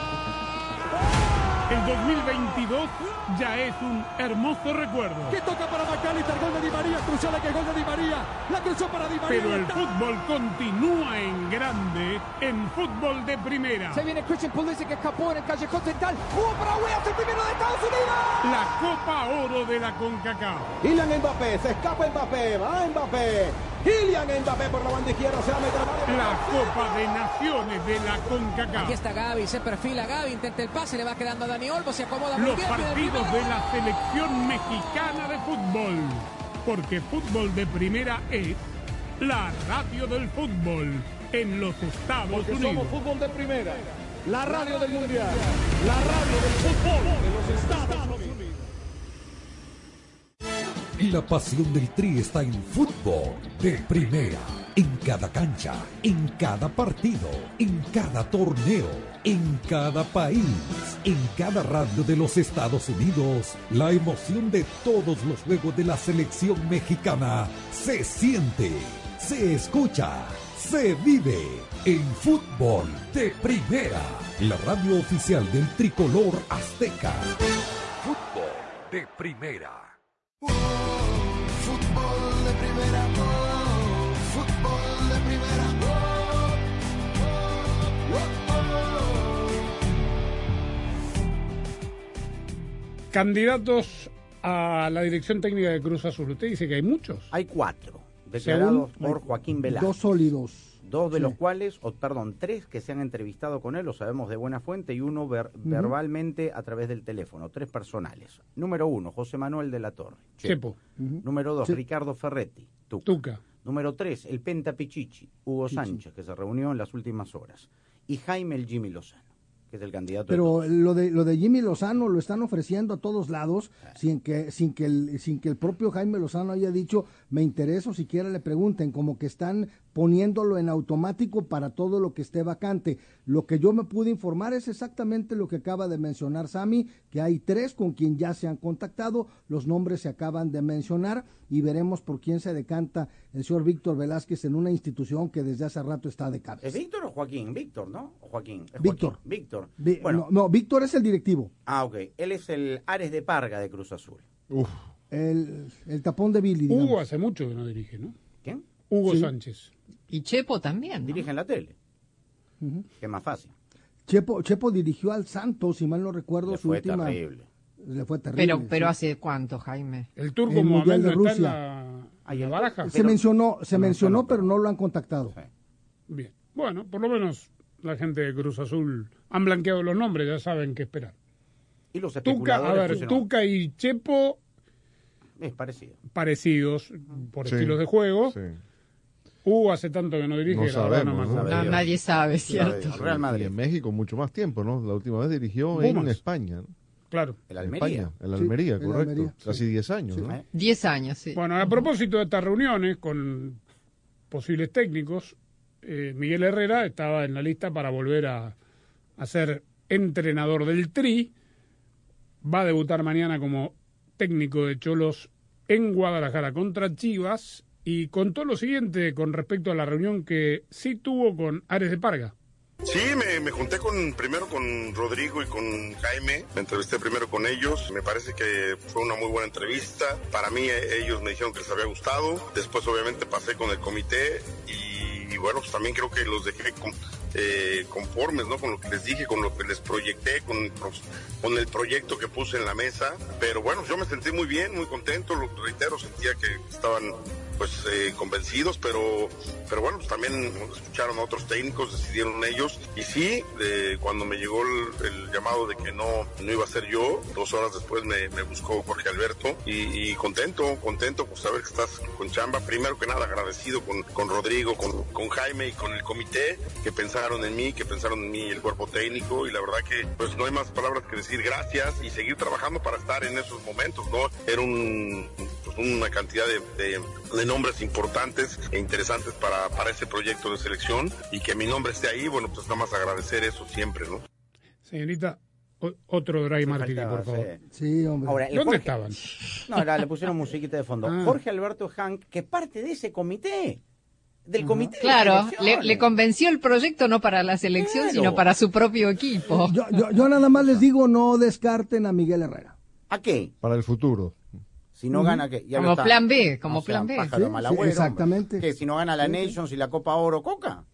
va. El dos mil veintidós ya es un hermoso recuerdo. Que toca para McAllister, gol de Di María, cruzó la que gol de Di María, la cruzó para Di María. Pero el fútbol continúa en grande en fútbol de primera. Se viene Christian Pulisic que escapó en el callejón central. ¡Jugó para Wales, el primero de Estados Unidos! La Copa Oro de la CONCACAF. Kylian Mbappé, se escapa Mbappé, va Mbappé. Kylian Mbappé por la banda izquierda, se va a meter a la Copa de Naciones de la CONCACAF. Aquí está Gavi, se perfila Gavi, intenta el pase, le va quedando a Dani Olmo, se acomoda muy Los bien. Los partidos de la selección mexicana de fútbol, porque fútbol de primera es la radio del fútbol en los Estados porque Unidos. Somos fútbol de primera, la radio del mundial, la radio del fútbol de los Estados Unidos. La pasión del Tri está en fútbol de primera. En cada cancha, en cada partido, en cada torneo, en cada país, en cada radio de los Estados Unidos. La emoción de todos los juegos de la selección mexicana se siente, se escucha, se vive en fútbol de primera. La radio oficial del tricolor azteca. Fútbol de primera. Oh, fútbol de primera, oh, fútbol de primera, oh, oh, oh. Candidatos a la dirección técnica de Cruz Azul. Usted dice que hay muchos. Hay cuatro, declarados Según, por Joaquín Velasco. Dos sólidos. Dos de sí. los cuales, o perdón, tres que se han entrevistado con él, lo sabemos de buena fuente, y uno ver, uh-huh. verbalmente a través del teléfono, tres personales. Número uno, José Manuel de la Torre, Chepo. Uh-huh. Número dos, sí. Ricardo Ferretti, Tuca. Tuca. Número tres, el Penta Pichichi, Hugo Chichi. Sánchez, que se reunió en las últimas horas. Y Jaime el Jimmy Lozano, que es el candidato. Pero de lo de lo de Jimmy Lozano lo están ofreciendo a todos lados, ah. sin que sin que el sin que el propio Jaime Lozano haya dicho me interesa o siquiera le pregunten, como que están poniéndolo en automático para todo lo que esté vacante. Lo que yo me pude informar es exactamente lo que acaba de mencionar Sammy, que hay tres con quien ya se han contactado, los nombres se acaban de mencionar y veremos por quién se decanta el señor Víctor Velázquez en una institución que desde hace rato está de cabeza. ¿Es Víctor o Joaquín? Víctor, ¿no? ¿O Joaquín? Es Víctor. Joaquín. Víctor. Vi- Bueno, no, no, Víctor es el directivo. ah, ok. Él es el Ares de Parga de Cruz Azul. Uf. El, el tapón de Billy, digamos. Hugo hace mucho que no dirige, ¿no? ¿Quién? Hugo Sí. Sánchez. Y Chepo también, ¿no? Dirige en la tele. Ujú. Que es más fácil. Chepo, Chepo dirigió al Santos, si mal no recuerdo, Le su fue última... terrible. Le fue terrible. Pero, pero sí. ¿hace cuánto, Jaime? El turco El Mundial Mohamed de no está en Rusia. la, en la baraja. Se mencionó, se se mencionó, mencionó, pero no lo han contactado. Bien. Bueno, por lo menos la gente de Cruz Azul han blanqueado los nombres, ya saben qué esperar. Y los Tuca, a especuladores ver, pusieron- Tuca y Chepo Es parecido. parecidos por Sí, estilos de juego. sí. Hugo hace tanto que no dirige, No la verdad no me sabemos, ¿no? acuerdo. No, nadie sabe, ¿cierto? Sabe, Real Madrid. Y en México mucho más tiempo, ¿no? La última vez dirigió Pumas. en España, ¿no? Claro. El En Almería. España, en la Sí, Almería, en la correcto. Almería, sí. Casi diez años, ¿no? ¿Eh? Diez años, sí. Bueno, a propósito de estas reuniones con posibles técnicos, eh, Miguel Herrera estaba en la lista para volver a, a ser entrenador del Tri. Va a debutar mañana como técnico de Cholos en Guadalajara contra Chivas y contó lo siguiente con respecto a la reunión que sí tuvo con Ares de Parga. Sí, me, me junté con primero con Rodrigo y con Jaime, me entrevisté primero con ellos, me parece que fue una muy buena entrevista, para mí eh, ellos me dijeron que les había gustado, después obviamente pasé con el comité y, y bueno, pues también creo que los dejé con, eh, conformes, ¿no? Con lo que les dije, con lo que les proyecté, con, con el proyecto que puse en la mesa, pero bueno, yo me sentí muy bien, muy contento, lo reitero, sentía que estaban pues eh, convencidos, pero pero bueno, pues también escucharon a otros técnicos, decidieron ellos, y sí, de, cuando me llegó el, el llamado de que no, no iba a ser yo, dos horas después me, me buscó Jorge Alberto, y, y contento, contento por saber que estás con chamba, primero que nada agradecido con, con Rodrigo, con, con Jaime y con el comité, que pensaron en mí, que pensaron en mí el cuerpo técnico, y la verdad que pues no hay más palabras que decir gracias, y seguir trabajando para estar en esos momentos, ¿no? Era un, pues una cantidad de, de de nombres importantes e interesantes para, para ese proyecto de selección, y que mi nombre esté ahí, bueno, pues nada más agradecer eso siempre, ¿no? Señorita, o- otro Dry Sí, Martini, faltaba, por favor. sí. Sí, hombre. Ahora, el ¿Dónde Jorge- estaban? No, era- le pusieron musiquita de fondo. Ah. Jorge Alberto Hank, que es parte de ese comité. Del comité de Claro, le, selecciones. le convenció el proyecto no para la selección, Claro. sino para su propio equipo. Yo, yo, yo nada más les digo, no descarten a Miguel Herrera. ¿A qué? Para el futuro. Si no Ujú. gana, ¿qué? Ya Como lo está. plan B, como O sea, plan B. pájaro Sí, mal sí, agüero, exactamente. hombre. ¿Qué? Si no gana la Sí, sí. Nations y la Copa Oro, Coca.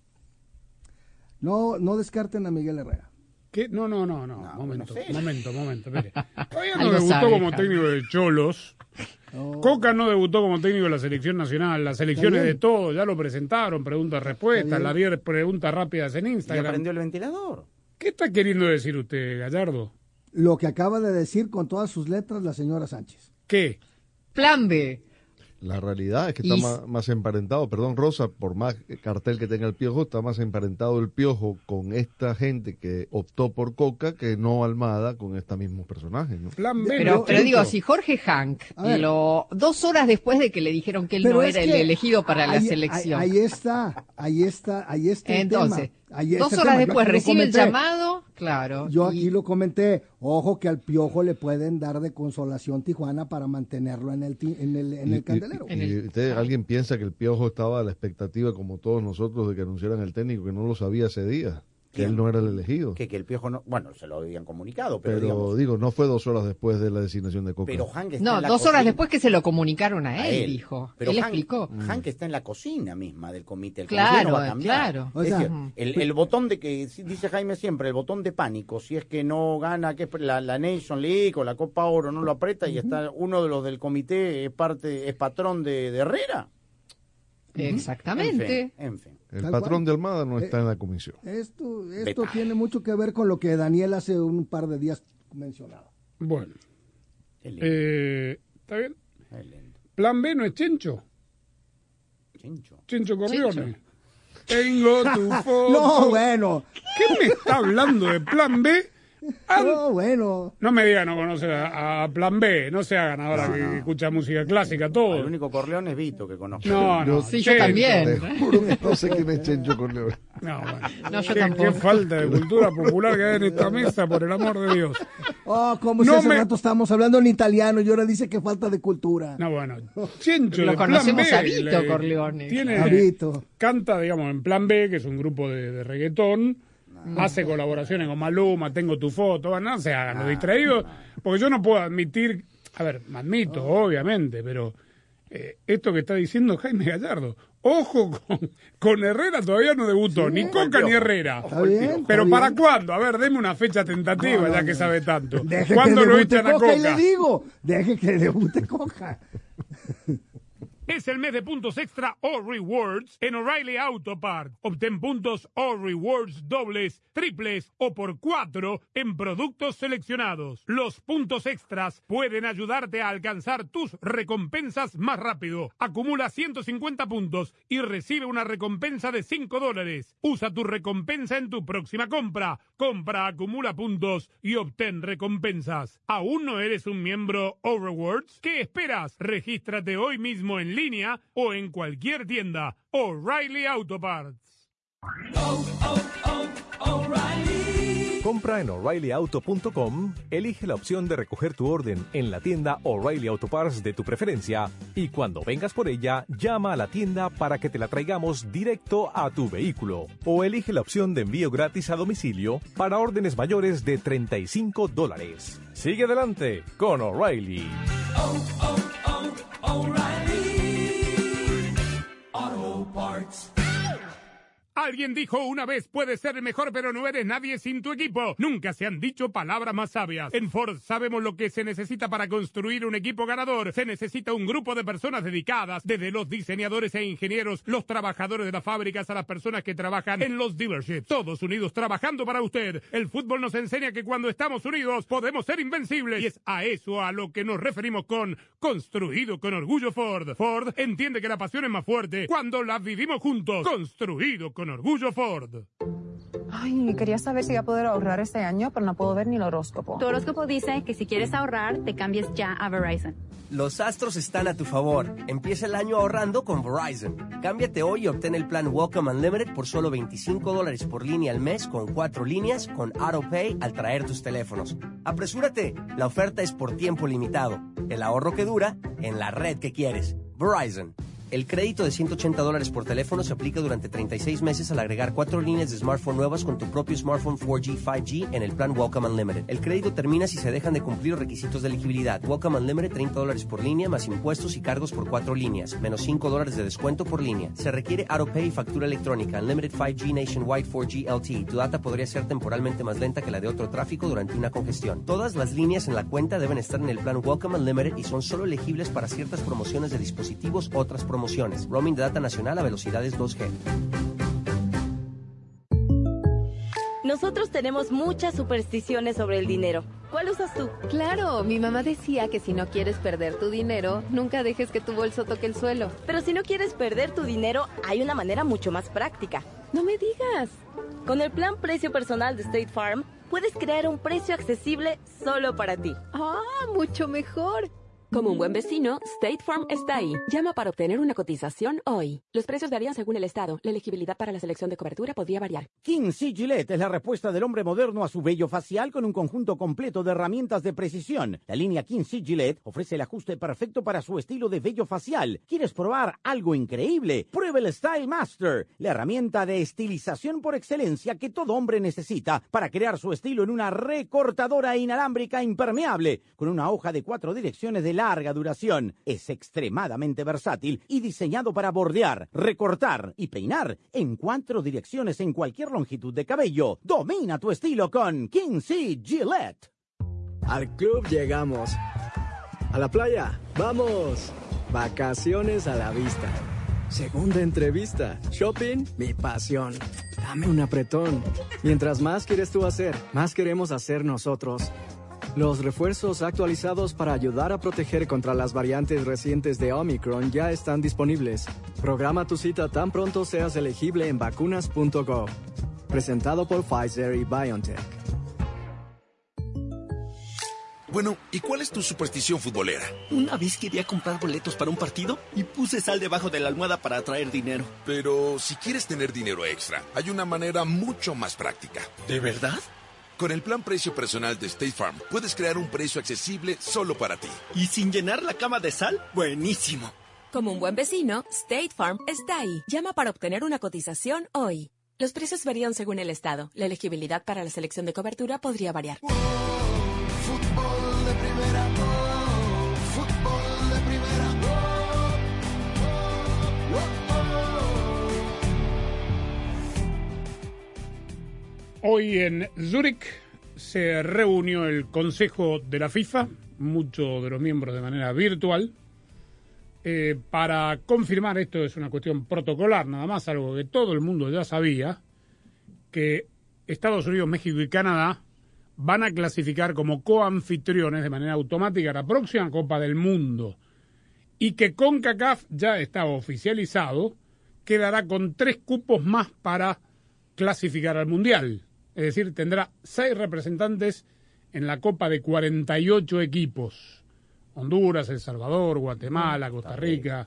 No, no descarten a Miguel Herrera. ¿Qué? No, no, no, no, No, momento, no sé. momento, momento, mire. Todavía no Algo debutó sabe, como Jaime. técnico de Cholos. No. Coca no debutó como técnico de la selección nacional. Las selecciones Está de bien. todo, ya lo presentaron, preguntas-respuestas, Está las bien. diez preguntas rápidas en Y Instagram. aprendió el ventilador. ¿Qué está queriendo decir usted, Gallardo? Lo que acaba de decir con todas sus letras la señora Sánchez. ¿Qué? Plan B. La realidad es que está Y- más, más emparentado, perdón Rosa, por más cartel que tenga el Piojo, está más emparentado el Piojo con esta gente que optó por Coca que no Almada con estos mismos personajes, ¿no? Plan B. Pero, ¿no? pero digo, Enzo. si Jorge Hank, A ver. lo, dos horas después de que le dijeron que él Pero no es era el que elegido para la ahí- selección. Ahí, ahí está, ahí está, ahí está el Entonces, tema. Ahí dos está el horas tema. Yo después aquí lo recibe el comenté. llamado, claro. Yo y- aquí lo comenté, ojo que al Piojo le pueden dar de consolación Tijuana para mantenerlo en el ti- en el, en Y- el y- candelero. y- y usted- alguien piensa que el Piojo estaba a la expectativa, como todos nosotros, de que anunciaran el técnico, que no lo sabía ese día, que ¿Quién? él no era el elegido. Que, que el Piojo no... Bueno, se lo habían comunicado, pero, Pero digamos... digo, no fue dos horas después de la designación de Coca. Pero Hank está No, en la dos horas cocina- después que se lo comunicaron a a él, él. dijo. Pero él Hank, explicó. Hank está en la cocina misma del comité. El Claro, comité no va a cambiar. claro. Es O sea, decir, ujú. el, el botón de que dice Jaime siempre, el botón de pánico, si es que no gana que es la, la Nation League o la Copa Oro, no lo aprieta y está uno de los del comité es parte, es patrón de, de Herrera. Exactamente. En fin, en fin. El Tal patrón cual. de Almada no Eh, está en la comisión. Esto, esto Vete. tiene mucho que ver con lo que Daniel hace un par de días mencionaba. Bueno, Qué lindo, eh, ¿está bien? qué lindo. Plan B no es Chencho. Chincho. Chencho Corleone. Tengo tu foto. No, bueno. ¿Qué me está hablando de plan B? No, bueno. No me diga no conoce a, a Plan B, no sea ganadora No, que no. escucha música clásica, todo. El único Corleone es Vito que conozco. No, no. Sí, yo también. Te juro que no sé quién es Chencho Corleone. No, bueno. No, yo qué, tampoco. qué falta de cultura popular que hay en esta mesa, por el amor de Dios. Oh, como si No hace me- rato estábamos hablando en italiano y ahora dice que falta de cultura. No, bueno. Chencho Lo de Plan conocemos B, a Vito le- Corleone. Tiene, A Vito. Canta, digamos, en Plan B, que es un grupo de, de reggaetón. Hace colaboraciones con Maluma, Tengo tu foto. No se hagan los distraídos, porque yo no puedo admitir. A ver, me admito, obviamente, pero eh, esto que está diciendo Jaime Gallardo. Ojo con, con Herrera, todavía no debutó, Sí, ni Coca ni Herrera. Está bien, Pero está ¿para bien. cuándo? A ver, deme una fecha tentativa, No, no, ya que no. sabe tanto. Deje ¿Cuándo que lo debute echan a Coca y le Coca? digo, deje que debute Coca. Es el mes de puntos extra o rewards en O'Reilly Auto Parts. Obtén puntos o rewards dobles, triples o por cuatro en productos seleccionados. Los puntos extras pueden ayudarte a alcanzar tus recompensas más rápido. Acumula ciento cincuenta puntos y recibe una recompensa de cinco dólares. Usa tu recompensa en tu próxima compra. Compra, acumula puntos y obtén recompensas. ¿Aún no eres un miembro o rewards? ¿Qué esperas? Regístrate hoy mismo en línea o en cualquier tienda. O'Reilly Auto Parts. Compra en O'Reilly Auto punto com, elige la opción de recoger tu orden en la tienda O'Reilly Auto Parts de tu preferencia y cuando vengas por ella, llama a la tienda para que te la traigamos directo a tu vehículo. O elige la opción de envío gratis a domicilio para órdenes mayores de treinta y cinco dólares. Sigue adelante con O'Reilly. Alguien dijo una vez, puedes ser el mejor, pero no eres nadie sin tu equipo. Nunca se han dicho palabras más sabias. En Ford sabemos lo que se necesita para construir un equipo ganador. Se necesita un grupo de personas dedicadas, desde los diseñadores e ingenieros, los trabajadores de las fábricas, a las personas que trabajan en los dealerships. Todos unidos trabajando para usted. El fútbol nos enseña que cuando estamos unidos podemos ser invencibles. Y es a eso a lo que nos referimos con construido con orgullo Ford. Ford entiende que la pasión es más fuerte cuando la vivimos juntos. Construido con orgullo Ford. Ay, quería saber si voy a poder ahorrar este año, pero no puedo ver ni el horóscopo. Tu horóscopo dice que si quieres ahorrar, te cambies ya a Verizon. Los astros están a tu favor. Empieza el año ahorrando con Verizon. Cámbiate hoy y obtén el plan Welcome Unlimited por solo veinticinco dólares por línea al mes con cuatro líneas con AutoPay al traer tus teléfonos. Apresúrate, la oferta es por tiempo limitado. El ahorro que dura en la red que quieres. Verizon. El crédito de ciento ochenta dólares por teléfono se aplica durante treinta y seis meses al agregar cuatro líneas de smartphone nuevas con tu propio smartphone cuatro G, cinco G en el plan Welcome Unlimited. El crédito termina si se dejan de cumplir los requisitos de elegibilidad. Welcome Unlimited, treinta dólares por línea, más impuestos y cargos por cuatro líneas, menos cinco dólares de descuento por línea. Se requiere AutoPay y factura electrónica. Unlimited cinco G Nationwide cuatro G L T E. Tu data podría ser temporalmente más lenta que la de otro tráfico durante una congestión. Todas las líneas en la cuenta deben estar en el plan Welcome Unlimited y son solo elegibles para ciertas promociones de dispositivos, otras promociones. Roaming de data nacional a velocidades dos G. Nosotros tenemos muchas supersticiones sobre el dinero. ¿Cuál usas tú? Claro, mi mamá decía que si no quieres perder tu dinero, nunca dejes que tu bolso toque el suelo. Pero si no quieres perder tu dinero, hay una manera mucho más práctica. No me digas. Con el plan Precio Personal de State Farm, puedes crear un precio accesible solo para ti. Ah, mucho mejor. Como un buen vecino, State Farm está ahí. Llama para obtener una cotización hoy. Los precios varían según el estado. La elegibilidad para la selección de cobertura podría variar. King C. Gillette es la respuesta del hombre moderno a su vello facial con un conjunto completo de herramientas de precisión. La línea King C. Gillette ofrece el ajuste perfecto para su estilo de vello facial. ¿Quieres probar algo increíble? Prueba el Style Master, la herramienta de estilización por excelencia que todo hombre necesita para crear su estilo en una recortadora inalámbrica impermeable con una hoja de cuatro direcciones de larga duración. Es extremadamente versátil y diseñado para bordear, recortar y peinar en cuatro direcciones en cualquier longitud de cabello. Domina tu estilo con King C. Gillette. Al club llegamos. A la playa, vamos. Vacaciones a la vista. Segunda entrevista. Shopping, mi pasión. Dame un apretón. Mientras más quieres tú hacer, más queremos hacer nosotros. Los refuerzos actualizados para ayudar a proteger contra las variantes recientes de Omicron ya están disponibles. Programa tu cita tan pronto seas elegible en vacunas punto gov. Presentado por Pfizer y BioNTech. Bueno, ¿y cuál es tu superstición futbolera? Una vez quería comprar boletos para un partido y puse sal debajo de la almohada para atraer dinero. Pero si quieres tener dinero extra, hay una manera mucho más práctica. ¿De verdad? Con el plan precio personal de State Farm, puedes crear un precio accesible solo para ti. ¿Y sin llenar la cama de sal? ¡Buenísimo! Como un buen vecino, State Farm está ahí. Llama para obtener una cotización hoy. Los precios varían según el estado. La elegibilidad para la selección de cobertura podría variar. Fútbol de primera, oh, fútbol de primera, oh, oh, oh. Hoy en Zúrich se reunió el Consejo de la FIFA, muchos de los miembros de manera virtual, eh, para confirmar, esto es una cuestión protocolar nada más, algo que todo el mundo ya sabía, que Estados Unidos, México y Canadá van a clasificar como coanfitriones de manera automática a la próxima Copa del Mundo y que CONCACAF ya está oficializado, quedará con tres cupos más para clasificar al Mundial. Es decir, tendrá seis representantes en la Copa de cuarenta y ocho equipos. Honduras, El Salvador, Guatemala, Costa Rica,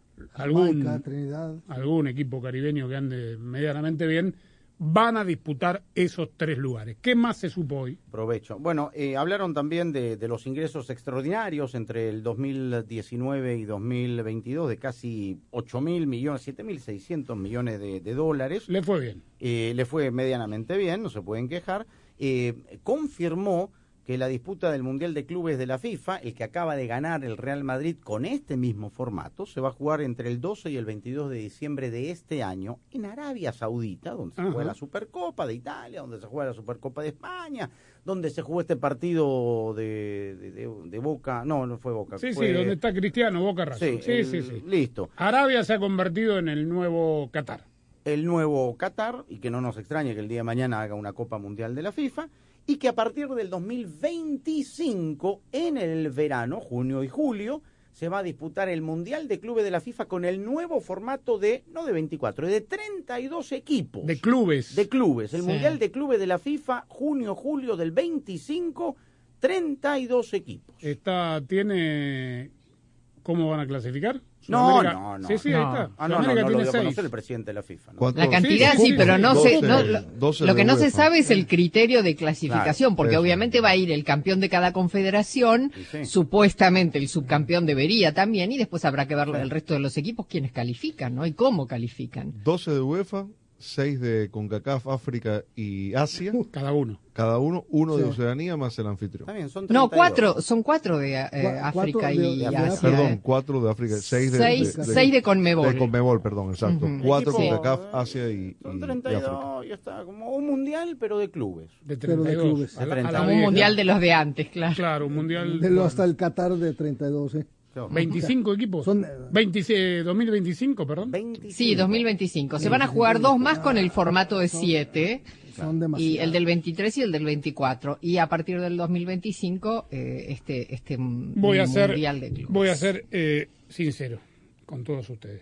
algún, algún equipo caribeño que ande medianamente bien, van a disputar esos tres lugares. ¿Qué más se supo hoy? Provecho. Bueno, eh, hablaron también de, de los ingresos extraordinarios entre el dos mil diecinueve y dos mil veintidós de casi ocho mil millones, siete mil seiscientos millones de, de dólares. Le fue bien. Eh, le fue medianamente bien, no se pueden quejar. Eh, confirmó que la disputa del Mundial de Clubes de la FIFA, el que acaba de ganar el Real Madrid con este mismo formato, se va a jugar entre el doce y el veintidós de diciembre de este año en Arabia Saudita, donde se Ajá. juega la Supercopa de Italia, donde se juega la Supercopa de España, donde se jugó este partido de, de, de, de Boca, no, no fue Boca. Sí, fue... sí, donde está Cristiano, Boca Racing. Sí, Sí, el... sí, sí. Listo. Arabia se ha convertido en el nuevo Qatar. El nuevo Qatar, y que no nos extrañe que el día de mañana haga una Copa Mundial de la FIFA, y que a partir del dos mil veinticinco, en el verano, junio y julio, se va a disputar el Mundial de Clubes de la FIFA con el nuevo formato de, no de veinticuatro, de treinta y dos equipos. De clubes. De clubes. El Sí. Mundial de Clubes de la FIFA, junio, julio del veinticinco, treinta y dos equipos. Está, tiene... ¿Cómo van a clasificar? No, Sudamérica- no, no. Sí, sí, no. ahí está. Ah, no, no, Sudamérica no lo tiene dio a seis. conocer el presidente de la FIFA. ¿no? ¿Cuánto? La cantidad sí, sí, pero no doce, sé, no, doce lo, lo de que no se UEFA. sabe es el criterio de clasificación, Claro, porque eso. obviamente va a ir el campeón de cada confederación, Sí, sí. supuestamente el subcampeón debería también, y después habrá que ver el resto de los equipos quienes califican, ¿no? Y cómo califican. doce de UEFA, seis de CONCACAF, África y Asia. Cada uno. Cada uno, uno de Sí. Oceanía más el anfitrión. Está bien, son No, treinta y dos. cuatro, son cuatro de eh, Cua- África cuatro y, de- y de Asia. África. Perdón, ¿eh? cuatro de África, seis de, Seis, de- de- seis de Conmebol. de Conmebol, perdón, exacto. Ujú. Cuatro Equipo, CONCACAF, eh, Asia y, Son y- treinta y y África. dos, ya está, como un mundial, pero de clubes. De Pero de treinta y dos. clubes. A la- De a la treinta y dos. Como un vieja. mundial de los de antes, claro. Claro, un mundial. De lo, hasta el Qatar de treinta y dos, ¿eh? veinticinco equipos. Son, eh, veinte, dos mil veinticinco, perdón. veinticinco. Sí, dos mil veinticinco. Se van a jugar dos más con el formato de siete. Son Y demasiados. el del veintitrés y el del veinticuatro. Y a partir del dos mil veinticinco, eh, este, este Voy a ser, mundial de clubes. voy a ser eh, sincero con todos ustedes.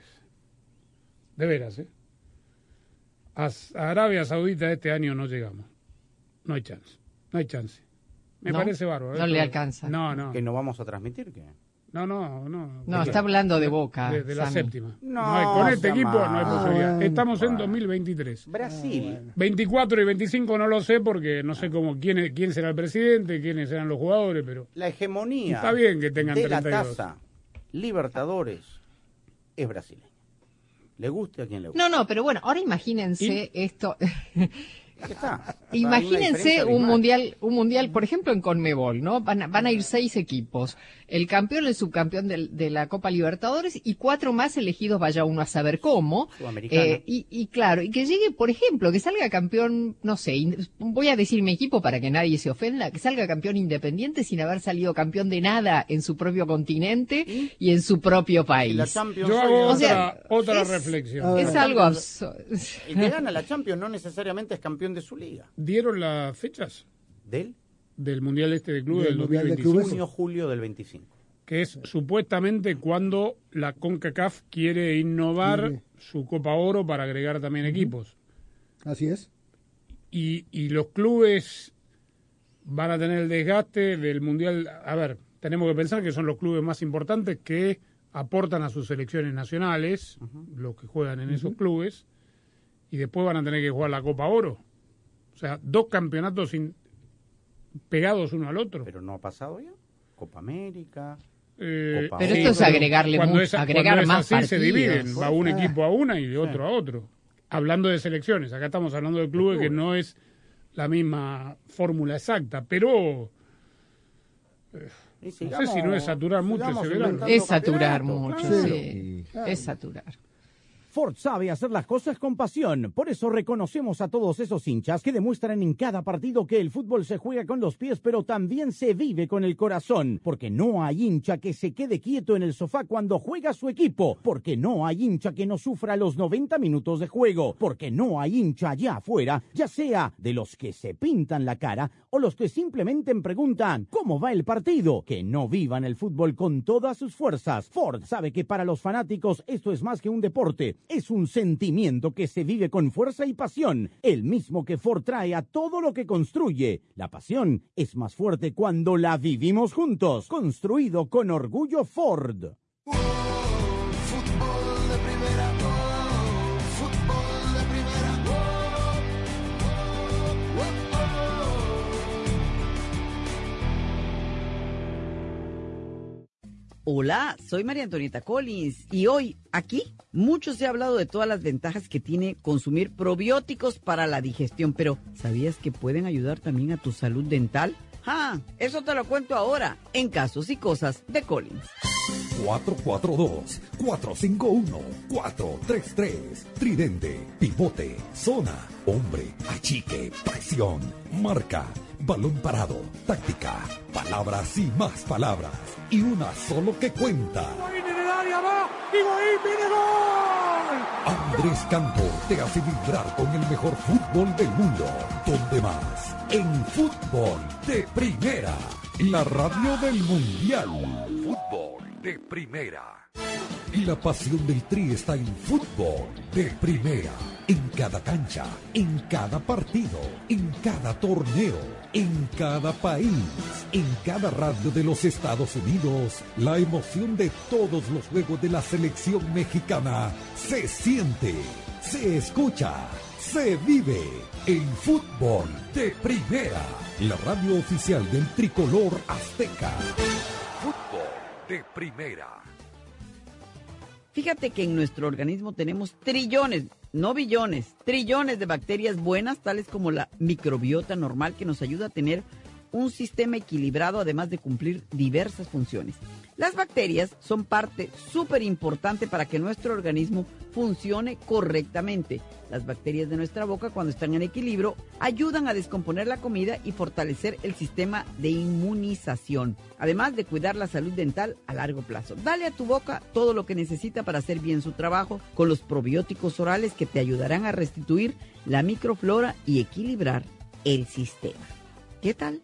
De veras, ¿eh? A, a Arabia Saudita este año no llegamos. No hay chance. No hay chance. Me ¿No? parece bárbaro. No ¿eh? le Pero- alcanza. No, no. ¿Que no vamos a transmitir? ¿Qué? No, no, no. No, está hablando de Boca, De, de la Sammy. séptima. No, No hay- con este sea equipo no hay malo. posibilidad. Bueno, Estamos en bueno. dos mil veintitrés. Brasil. veinticuatro y veinticinco no lo sé porque no sé cómo quién, quién será el presidente, quiénes serán los jugadores, pero La hegemonía Está bien que tengan de la treinta y dos. taza Libertadores es brasileña. Le guste a quien le guste. No, no, pero bueno, ahora imagínense esto. Aquí está. Imagínense un mundial, un mundial, por ejemplo, en Conmebol, ¿no? Van a, van a ir seis equipos. El campeón, el subcampeón del- de, la Copa Libertadores y cuatro más elegidos, vaya uno a saber cómo. Sudamericana. Eh, y, y claro, y que llegue, por ejemplo, que salga campeón, no sé, in- voy a decir mi equipo para que nadie se ofenda, que salga campeón Independiente sin haber salido campeón de nada en su propio continente y en su propio país. La Champions yo hago hoy- O otra, sea, otra es- reflexión. Es algo absurdo. El que gana la Champions no necesariamente es campeón de su liga. ¿Dieron las fechas ¿Del? del Mundial este de clubes Del del Mundial de dos mil veinticinco? Clubes. Junio, julio del veinticinco. Que es supuestamente cuando la CONCACAF quiere innovar Sí. su Copa Oro para agregar también equipos. Así es. Y, y los clubes van a tener el desgaste del Mundial. A ver, tenemos que pensar que son los clubes más importantes que aportan a sus selecciones nacionales, uh-huh. los que juegan en uh-huh. esos clubes, y después van a tener que jugar la Copa Oro. O sea, dos campeonatos sin, pegados uno al otro. Pero no ha pasado ya. Copa América. Eh, Copa pero esto es agregarle cuando mucho, es, agregar cuando más es así, partidos. Se dividen, va un ah. equipo a una y de otro sí. a otro. Hablando de selecciones, acá estamos hablando de clubes que no es la misma fórmula exacta, pero eh, sigamos, no sé si no es saturar mucho ese verano. Es saturar mucho, claro. sí, claro. Es saturar. Ford sabe hacer las cosas con pasión, por eso reconocemos a todos esos hinchas que demuestran en cada partido que el fútbol se juega con los pies, pero también se vive con el corazón, porque no hay hincha que se quede quieto en el sofá cuando juega su equipo, porque no hay hincha que no sufra los noventa minutos de juego, porque no hay hincha allá afuera, ya sea de los que se pintan la cara o los que simplemente preguntan ¿cómo va el partido? Que no vivan el fútbol con todas sus fuerzas. Ford sabe que para los fanáticos esto es más que un deporte. Es un sentimiento que se vive con fuerza y pasión, el mismo que Ford trae a todo lo que construye. La pasión es más fuerte cuando la vivimos juntos. Construido con orgullo Ford. Oh, fútbol de primera, oh, fútbol de primera, oh, oh, oh, oh. Hola, soy María Antonieta Collins y hoy, aquí, mucho se ha hablado de todas las ventajas que tiene consumir probióticos para la digestión, pero ¿sabías que pueden ayudar también a tu salud dental? Ah, eso te lo cuento ahora, en Casos y Cosas de Collins. cuatro cuatro dos, cuatro cinco uno, cuatro tres tres. Tridente, pivote, zona, hombre, achique, presión, marca, balón parado, táctica, palabras y más palabras. Y una solo que cuenta. Andrés Cantor te hace vibrar con el mejor fútbol del mundo. ¿Dónde más? En Fútbol de Primera, la radio del Mundial. Fútbol de Primera. Y la pasión del Tri está en Fútbol de Primera. En cada cancha, en cada partido, en cada torneo, en cada país, en cada radio de los Estados Unidos, la emoción de todos los juegos de la selección mexicana se siente, se escucha, se vive en Fútbol de Primera, la radio oficial del tricolor azteca. Fútbol de Primera. Fíjate que en nuestro organismo tenemos trillones, no billones, trillones de bacterias buenas, tales como la microbiota normal, que nos ayuda a tener un sistema equilibrado, además de cumplir diversas funciones. Las bacterias son parte súper importante para que nuestro organismo funcione correctamente. Las bacterias de nuestra boca, cuando están en equilibrio, ayudan a descomponer la comida y fortalecer el sistema de inmunización, además de cuidar la salud dental a largo plazo. Dale a tu boca todo lo que necesita para hacer bien su trabajo con los probióticos orales que te ayudarán a restituir la microflora y equilibrar el sistema. ¿Qué tal?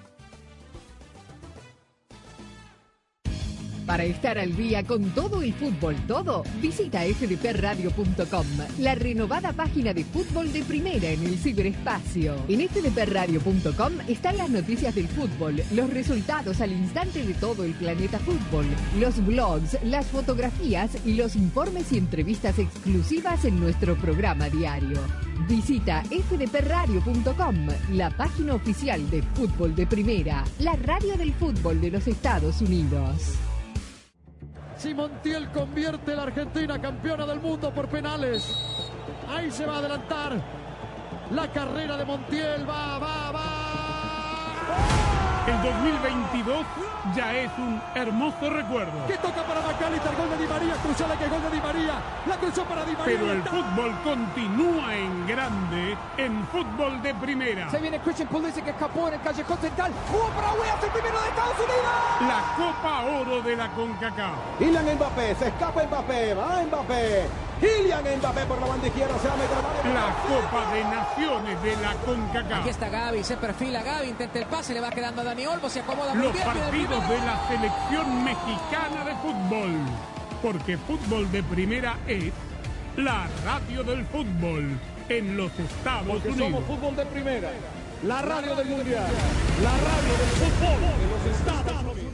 Para estar al día con todo el fútbol, todo, visita f d p radio punto com, la renovada página de fútbol de Primera en el ciberespacio. En f d p radio punto com están las noticias del fútbol, los resultados al instante de todo el planeta fútbol, los blogs, las fotografías y los informes y entrevistas exclusivas en nuestro programa diario. Visita f d p radio punto com, la página oficial de fútbol de Primera, la radio del fútbol de los Estados Unidos. Si Montiel convierte a la Argentina campeona del mundo por penales, ahí se va a adelantar la carrera de Montiel. Va, va, va. El dos mil veintidós ya es un hermoso recuerdo. Que toca para McAllister, gol de Di María, cruzó la que gol de Di María, la cruzó para Di María. Pero el fútbol continúa en grande en Fútbol de Primera. Se viene Christian Pulisic, que escapó en el callejón central. ¡Jugó para Uruguay, el primero de Estados Unidos! La Copa Oro de la CONCACAF. Kylian Mbappé, se escapa Mbappé, va Mbappé. Kylian Mbappé por la banda izquierda, se va a meter a la Copa de Naciones de la CONCACAF. Aquí está Gavi, se perfila Gavi, intenta el pase, le va quedando a Dani Olmo, se acomoda muy Los bien. Los partidos de la selección mexicana de fútbol, porque Fútbol de Primera es la radio del fútbol en los Estados porque Unidos. Somos Fútbol de Primera. la radio del mundial, la radio del fútbol de los Estados Unidos.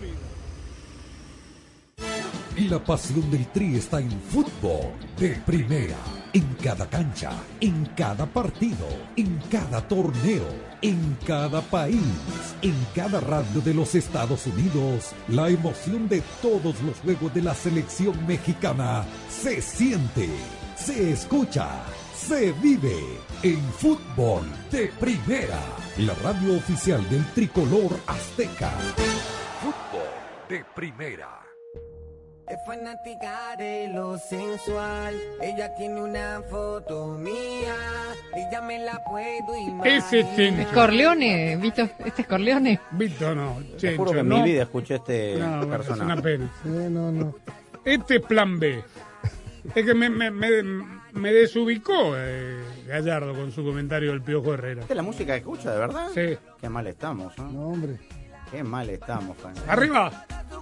La pasión del Tri está en fútbol de primera, en cada cancha, en cada partido, en cada torneo, en cada país, en cada radio de los Estados Unidos. La emoción de todos los juegos de la selección mexicana se siente, se escucha, se vive en fútbol de primera, la radio oficial del tricolor azteca. Fútbol de primera. Es fanática de lo sensual. Ella tiene una foto mía. Ella me la puedo imaginar. Ese Chencho. Es Corleone, Vito. Este es Corleone. Vito no. Te Chencho, juro que en no. mi vida escuché este No, bueno, personaje. es una pena. Sí, no, no. Este es plan B. Es que me, me, me, me desubicó eh, Gallardo con su comentario del Piojo Herrera. ¿Esta es la música que escucha, de verdad? Sí. Qué mal estamos, ¿eh? No, hombre. Qué mal estamos, Juan. ¡Arriba!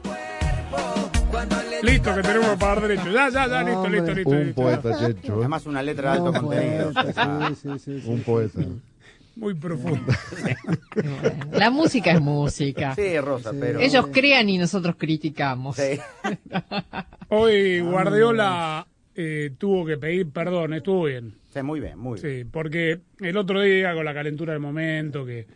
Listo, que tenemos para dar derecho. Ya, ya, ya, listo, Hombre. listo, listo. Un listo. poeta, Checho. ¿eh? Además, una letra de alto No, contenido. poeta, sí, sí, sí, sí. Un poeta. Muy profundo. La música es música. Sí, Rosa, Sí. pero... Ellos crean y nosotros criticamos. Sí. Hoy Guardiola eh, tuvo que pedir perdón, estuvo bien. Sí, muy bien, muy bien. Sí, porque el otro día, con la calentura del momento, que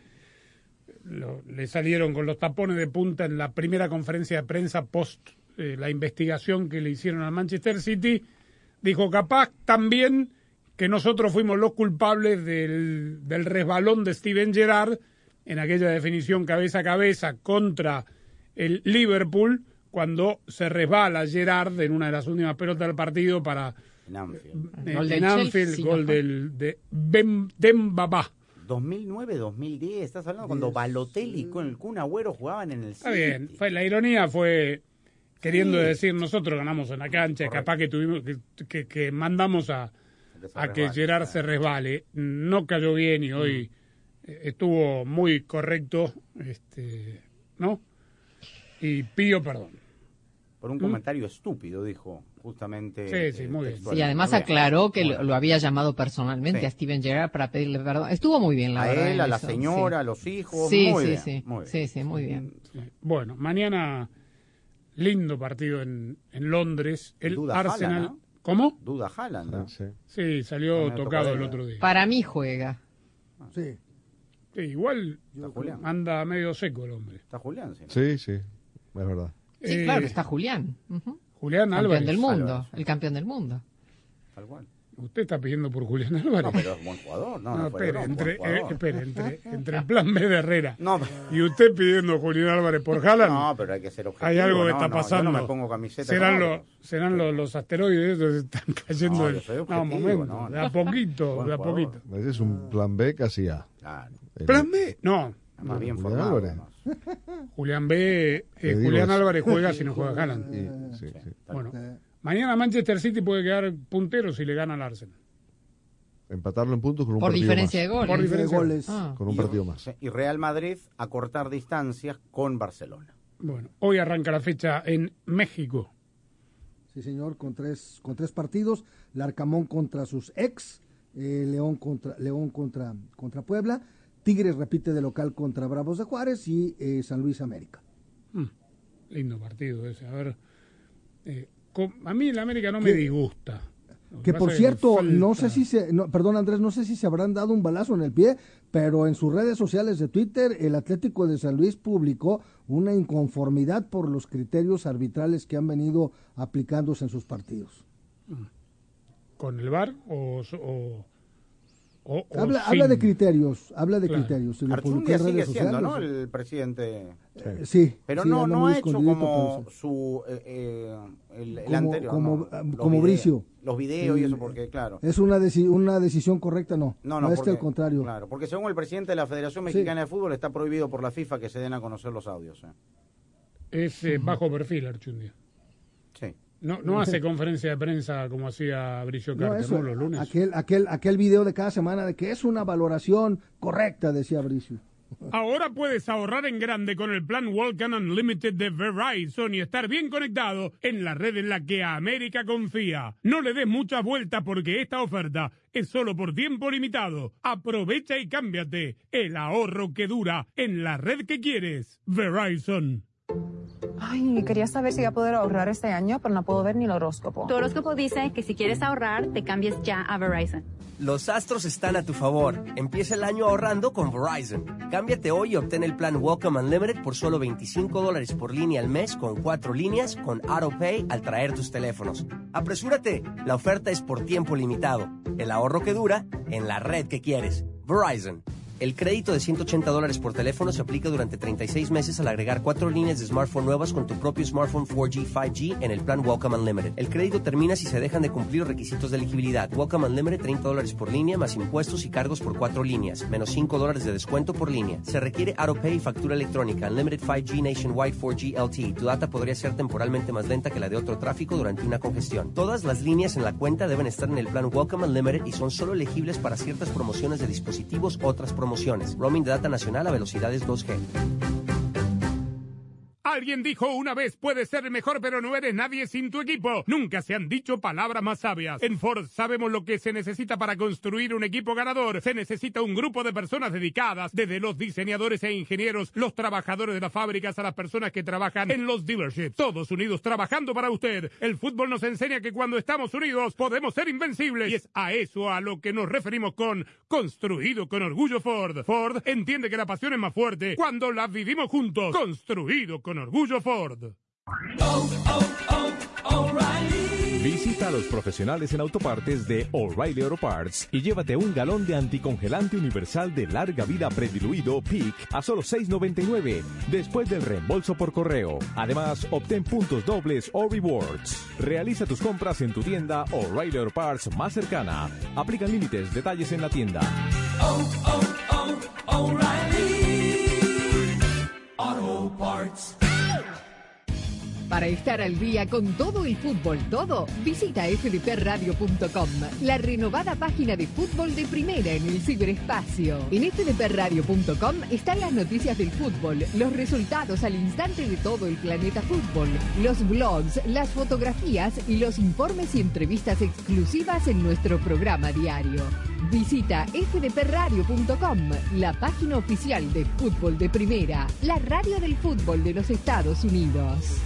lo- le salieron con los tapones de punta en la primera conferencia de prensa post eh, la investigación que le hicieron al Manchester City, dijo capaz también que nosotros fuimos los culpables del, del resbalón de Steven Gerrard en aquella definición cabeza a cabeza contra el Liverpool, cuando se resbala Gerrard en una de las últimas pelotas del partido para En Anfield. eh, Gol del en Anfield, Chelsea, gol ¿no fue? del de Bem- Dembaba. dos mil nueve, dos mil diez, estás hablando cuando Balotelli con el Kun Agüero jugaban en el City. Está bien, fue, la ironía fue queriendo Sí. decir nosotros ganamos en la cancha, Correcto. capaz que tuvimos que, que, que mandamos a, Que se a que resbale, Gerard claro. se resbale. No cayó bien y hoy eh, estuvo muy correcto, este, ¿no? Y pido perdón. Por un ¿Mm? comentario estúpido, dijo, justamente. Sí, sí, eh, muy bien. textualmente. Y además Muy bien. aclaró que Muy lo, bien. lo había llamado personalmente Sí. a Steven Gerrard para pedirle perdón. Estuvo muy bien, la A verdad. él, en a la eso, señora, sí. a los hijos. Sí, muy sí, bien, sí. muy bien. Sí, sí, muy bien. Sí. Bueno, mañana lindo partido en, en Londres. El Duda Arsenal. Haaland, ¿no? ¿Cómo? Duda Haaland, ¿no? Sí. Sí, salió Con el tocado el tocadero. otro día. Para mí juega. Sí. Sí, igual Está Julián. anda medio seco el hombre. Está Julián, sí. Sí, sí, es verdad. Sí, Eh, claro, está Julián. Ujú. Julián Campeón Álvarez. del mundo. Álvarez. El campeón del mundo. Tal cual. Usted está pidiendo por Julián Álvarez. No, pero es buen jugador. No, No, no, fuera espere, broma, entre, buen eh, jugador. espere, entre, entre el plan B de Herrera No, y usted pidiendo Julián Álvarez por Haaland, no, pero hay que ser objetivo. hay algo que no, está no, pasando. Yo no me pongo camiseta. serán con los, otros. serán los, los asteroides esos que están cayendo. No, del- yo soy no, objetivo, momento, no, no. de a poquito, Buen de a jugador. poquito. Ese es un plan B casi A. Claro. El- ¿Plan B? No. Más bien Julián formado. Álvarez. además. Julián B. eh, Te digo Julián eso. Álvarez juega si no juega Haaland. Y- sí, sí. Bueno, Eh, mañana Manchester City puede quedar puntero si le gana al Arsenal. Empatarlo en puntos con un Por partido diferencia más. de goles. Por diferencia. de goles. Ah. Con un Y- partido más. sí, Y Real Madrid a cortar distancias con Barcelona. Bueno, hoy arranca la fecha en México. Sí, señor, con tres, con tres partidos. Larcamón contra sus ex, eh, León contra León contra, contra Puebla, Tigres repite de local contra Bravos de Juárez y eh, San Luis América. Mm, lindo partido ese. A ver, eh, com- a mí el América no me Que- disgusta. Lo Que pasa por es cierto, falta- no sé si se, no, perdón Andrés, no sé si se habrán dado un balazo en el pie, pero en sus redes sociales de Twitter, el Atlético de San Luis publicó una inconformidad por los criterios arbitrales que han venido aplicándose en sus partidos. ¿Con el V A R o, o, o- o Habla, sin? habla de criterios, habla de Claro. criterios. y lo publicó Archundia en sigue redes siendo, ¿no? sociales. El presidente. Eh, sí, Pero sí, no, anda no muy ha hecho escondidito, como pero sí. su eh, eh, el, el Como- anterior. como- ¿no? ah, Los como videos- Bricio. Los videos y Sí. eso, porque, claro. Es una, deci- una decisión correcta, no. No, no, es que porque, al contrario. Claro, porque según el presidente de la Federación Sí. Mexicana de Fútbol está prohibido por la FIFA que se den a conocer los audios. ¿eh? Es eh, bajo perfil, Archundia. Sí. No, no hace conferencia de prensa como hacía Bricio No, Carter, eso, ¿no? Los lunes. aquel, aquel, aquel video de cada semana de que es una valoración correcta, decía Bricio. Ahora puedes ahorrar en grande con el plan Walkman Unlimited de Verizon y estar bien conectado en la red en la que América confía. No le des muchas vueltas porque esta oferta es solo por tiempo limitado. Aprovecha y cámbiate. El ahorro que dura en la red que quieres. Verizon. Ay, quería saber si voy a poder ahorrar este año, pero no puedo ver ni el horóscopo. Tu horóscopo dice que si quieres ahorrar, te cambies ya a Verizon. Los astros están a tu favor. Empieza el año ahorrando con Verizon. Cámbiate hoy y obtén el plan Welcome Unlimited por solo veinticinco dólares por línea al mes con cuatro líneas con AutoPay al traer tus teléfonos. Apresúrate, la oferta es por tiempo limitado. El ahorro que dura en la red que quieres. Verizon. El crédito de ciento ochenta dólares por teléfono se aplica durante treinta y seis meses al agregar cuatro líneas de smartphone nuevas con tu propio smartphone cuatro G, cinco G en el plan Welcome Unlimited. El crédito termina si se dejan de cumplir los requisitos de elegibilidad. Welcome Unlimited, treinta dólares por línea, más impuestos y cargos por cuatro líneas, menos cinco dólares de descuento por línea. Se requiere AutoPay y factura electrónica. Unlimited cinco G Nationwide cuatro G L T E. Tu data podría ser temporalmente más lenta que la de otro tráfico durante una congestión. Todas las líneas en la cuenta deben estar en el plan Welcome Unlimited y son solo elegibles para ciertas promociones de dispositivos, otras promociones. Roaming de data nacional a velocidades dos G. Alguien dijo una vez, puedes ser el mejor, pero no eres nadie sin tu equipo. Nunca se han dicho palabras más sabias. En Ford sabemos lo que se necesita para construir un equipo ganador. Se necesita un grupo de personas dedicadas, desde los diseñadores e ingenieros, los trabajadores de las fábricas, a las personas que trabajan en los dealerships. Todos unidos trabajando para usted. El fútbol nos enseña que cuando estamos unidos podemos ser invencibles. Y es a eso a lo que nos referimos con construido con orgullo Ford. Ford entiende que la pasión es más fuerte cuando la vivimos juntos. Construido con orgullo Ford. Oh, oh, oh, O'Reilly. Visita a los profesionales en autopartes de O'Reilly Auto Parts y llévate un galón de anticongelante universal de larga vida prediluido Peak a solo seis noventa y nueve después del reembolso por correo. Además, obtén puntos dobles o rewards. Realiza tus compras en tu tienda O'Reilly Auto Parts más cercana. Aplican límites, detalles en la tienda. Oh, oh, oh, O'Reilly Auto Parts. Para estar al día con todo el fútbol, todo, visita f d p radio punto com, la renovada página de fútbol de primera en el ciberespacio. En f d p radio punto com están las noticias del fútbol, los resultados al instante de todo el planeta fútbol, los blogs, las fotografías y los informes y entrevistas exclusivas en nuestro programa diario. Visita f d p radio punto com, la página oficial de fútbol de primera, la radio del fútbol de los Estados Unidos.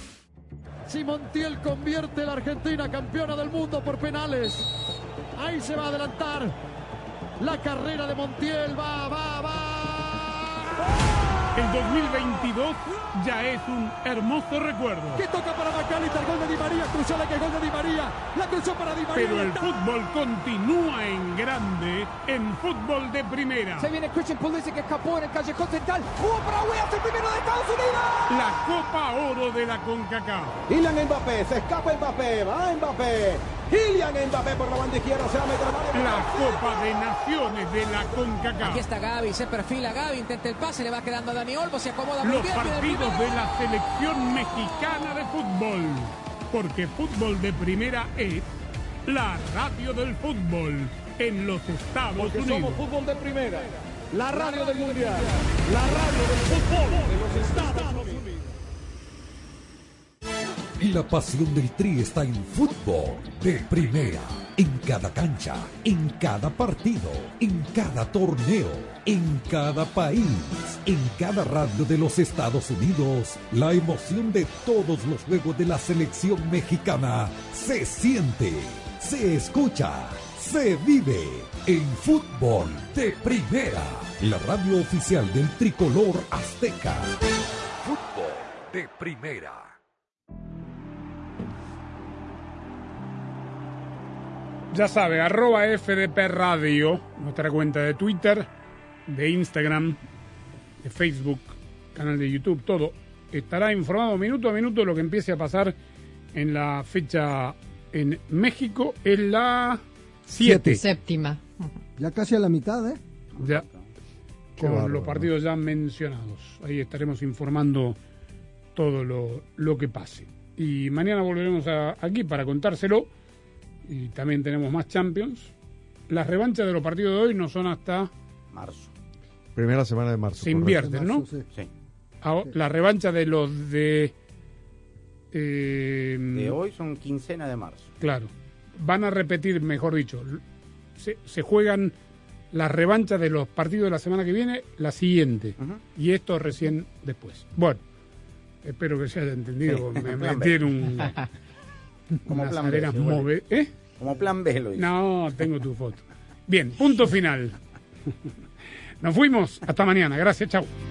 Si Montiel convierte a la Argentina campeona del mundo por penales. Ahí se va a adelantar. La carrera de Montiel va, va, va. El dos mil veintidós ya es un hermoso recuerdo. Que toca para Macalister, gol de Di María, cruzó la que gol de Di María, la cruzó para Di María. Pero el fútbol continúa en grande en fútbol de primera. Se viene Christian Pulisic que escapó en el callejón central. ¡Jugó para Williams, el primero de Estados Unidos! La Copa Oro de la CONCACAF. Kylian Mbappé, se escapa Mbappé, va Mbappé. Kylian Mbappé por la banda izquierda, se va a meter a la Copa de Naciones de la CONCACAF. Aquí está Gavi, se perfila Gavi, intenta el pase, le va quedando a Dani Olmo, se acomoda muy Los bien. Los partidos de la selección mexicana de fútbol, porque fútbol de primera es la radio del fútbol en los Estados porque Unidos. Somos fútbol de primera, la radio del mundial, la radio del fútbol de los Estados Unidos. La pasión del Tri está en fútbol de primera. En cada cancha, en cada partido, en cada torneo, en cada país, en cada radio de los Estados Unidos. La emoción de todos los juegos de la selección mexicana se siente, se escucha, se vive en fútbol de primera. La radio oficial del tricolor azteca. Fútbol de primera. Ya sabe, arroba F D P Radio, nuestra cuenta de Twitter, de Instagram, de Facebook, canal de YouTube, todo. Estará informado minuto a minuto de lo que empiece a pasar en la fecha en México, en la siete. Séptima. Ya casi a la mitad, ¿eh? Ya, Qué con bárbaro, los partidos ya mencionados. Ahí estaremos informando todo lo, lo que pase. Y mañana volveremos a, aquí para contárselo. Y también tenemos más Champions. Las revanchas de los partidos de hoy no son hasta marzo. Primera semana de marzo. Se invierten, ¿no? Sí. Ahora, la revancha de los de... Eh, de hoy son quincena de marzo. Claro. Van a repetir, mejor dicho, se, se juegan las revanchas de los partidos de la semana que viene, la siguiente. Uh-huh. Y esto recién después. Bueno, espero que se haya entendido. Sí. Me metí en un... Como plan B, move, ¿eh? Como plan B lo hice. No, tengo tu foto. Bien, punto final. Nos fuimos. Hasta mañana. Gracias. Chau.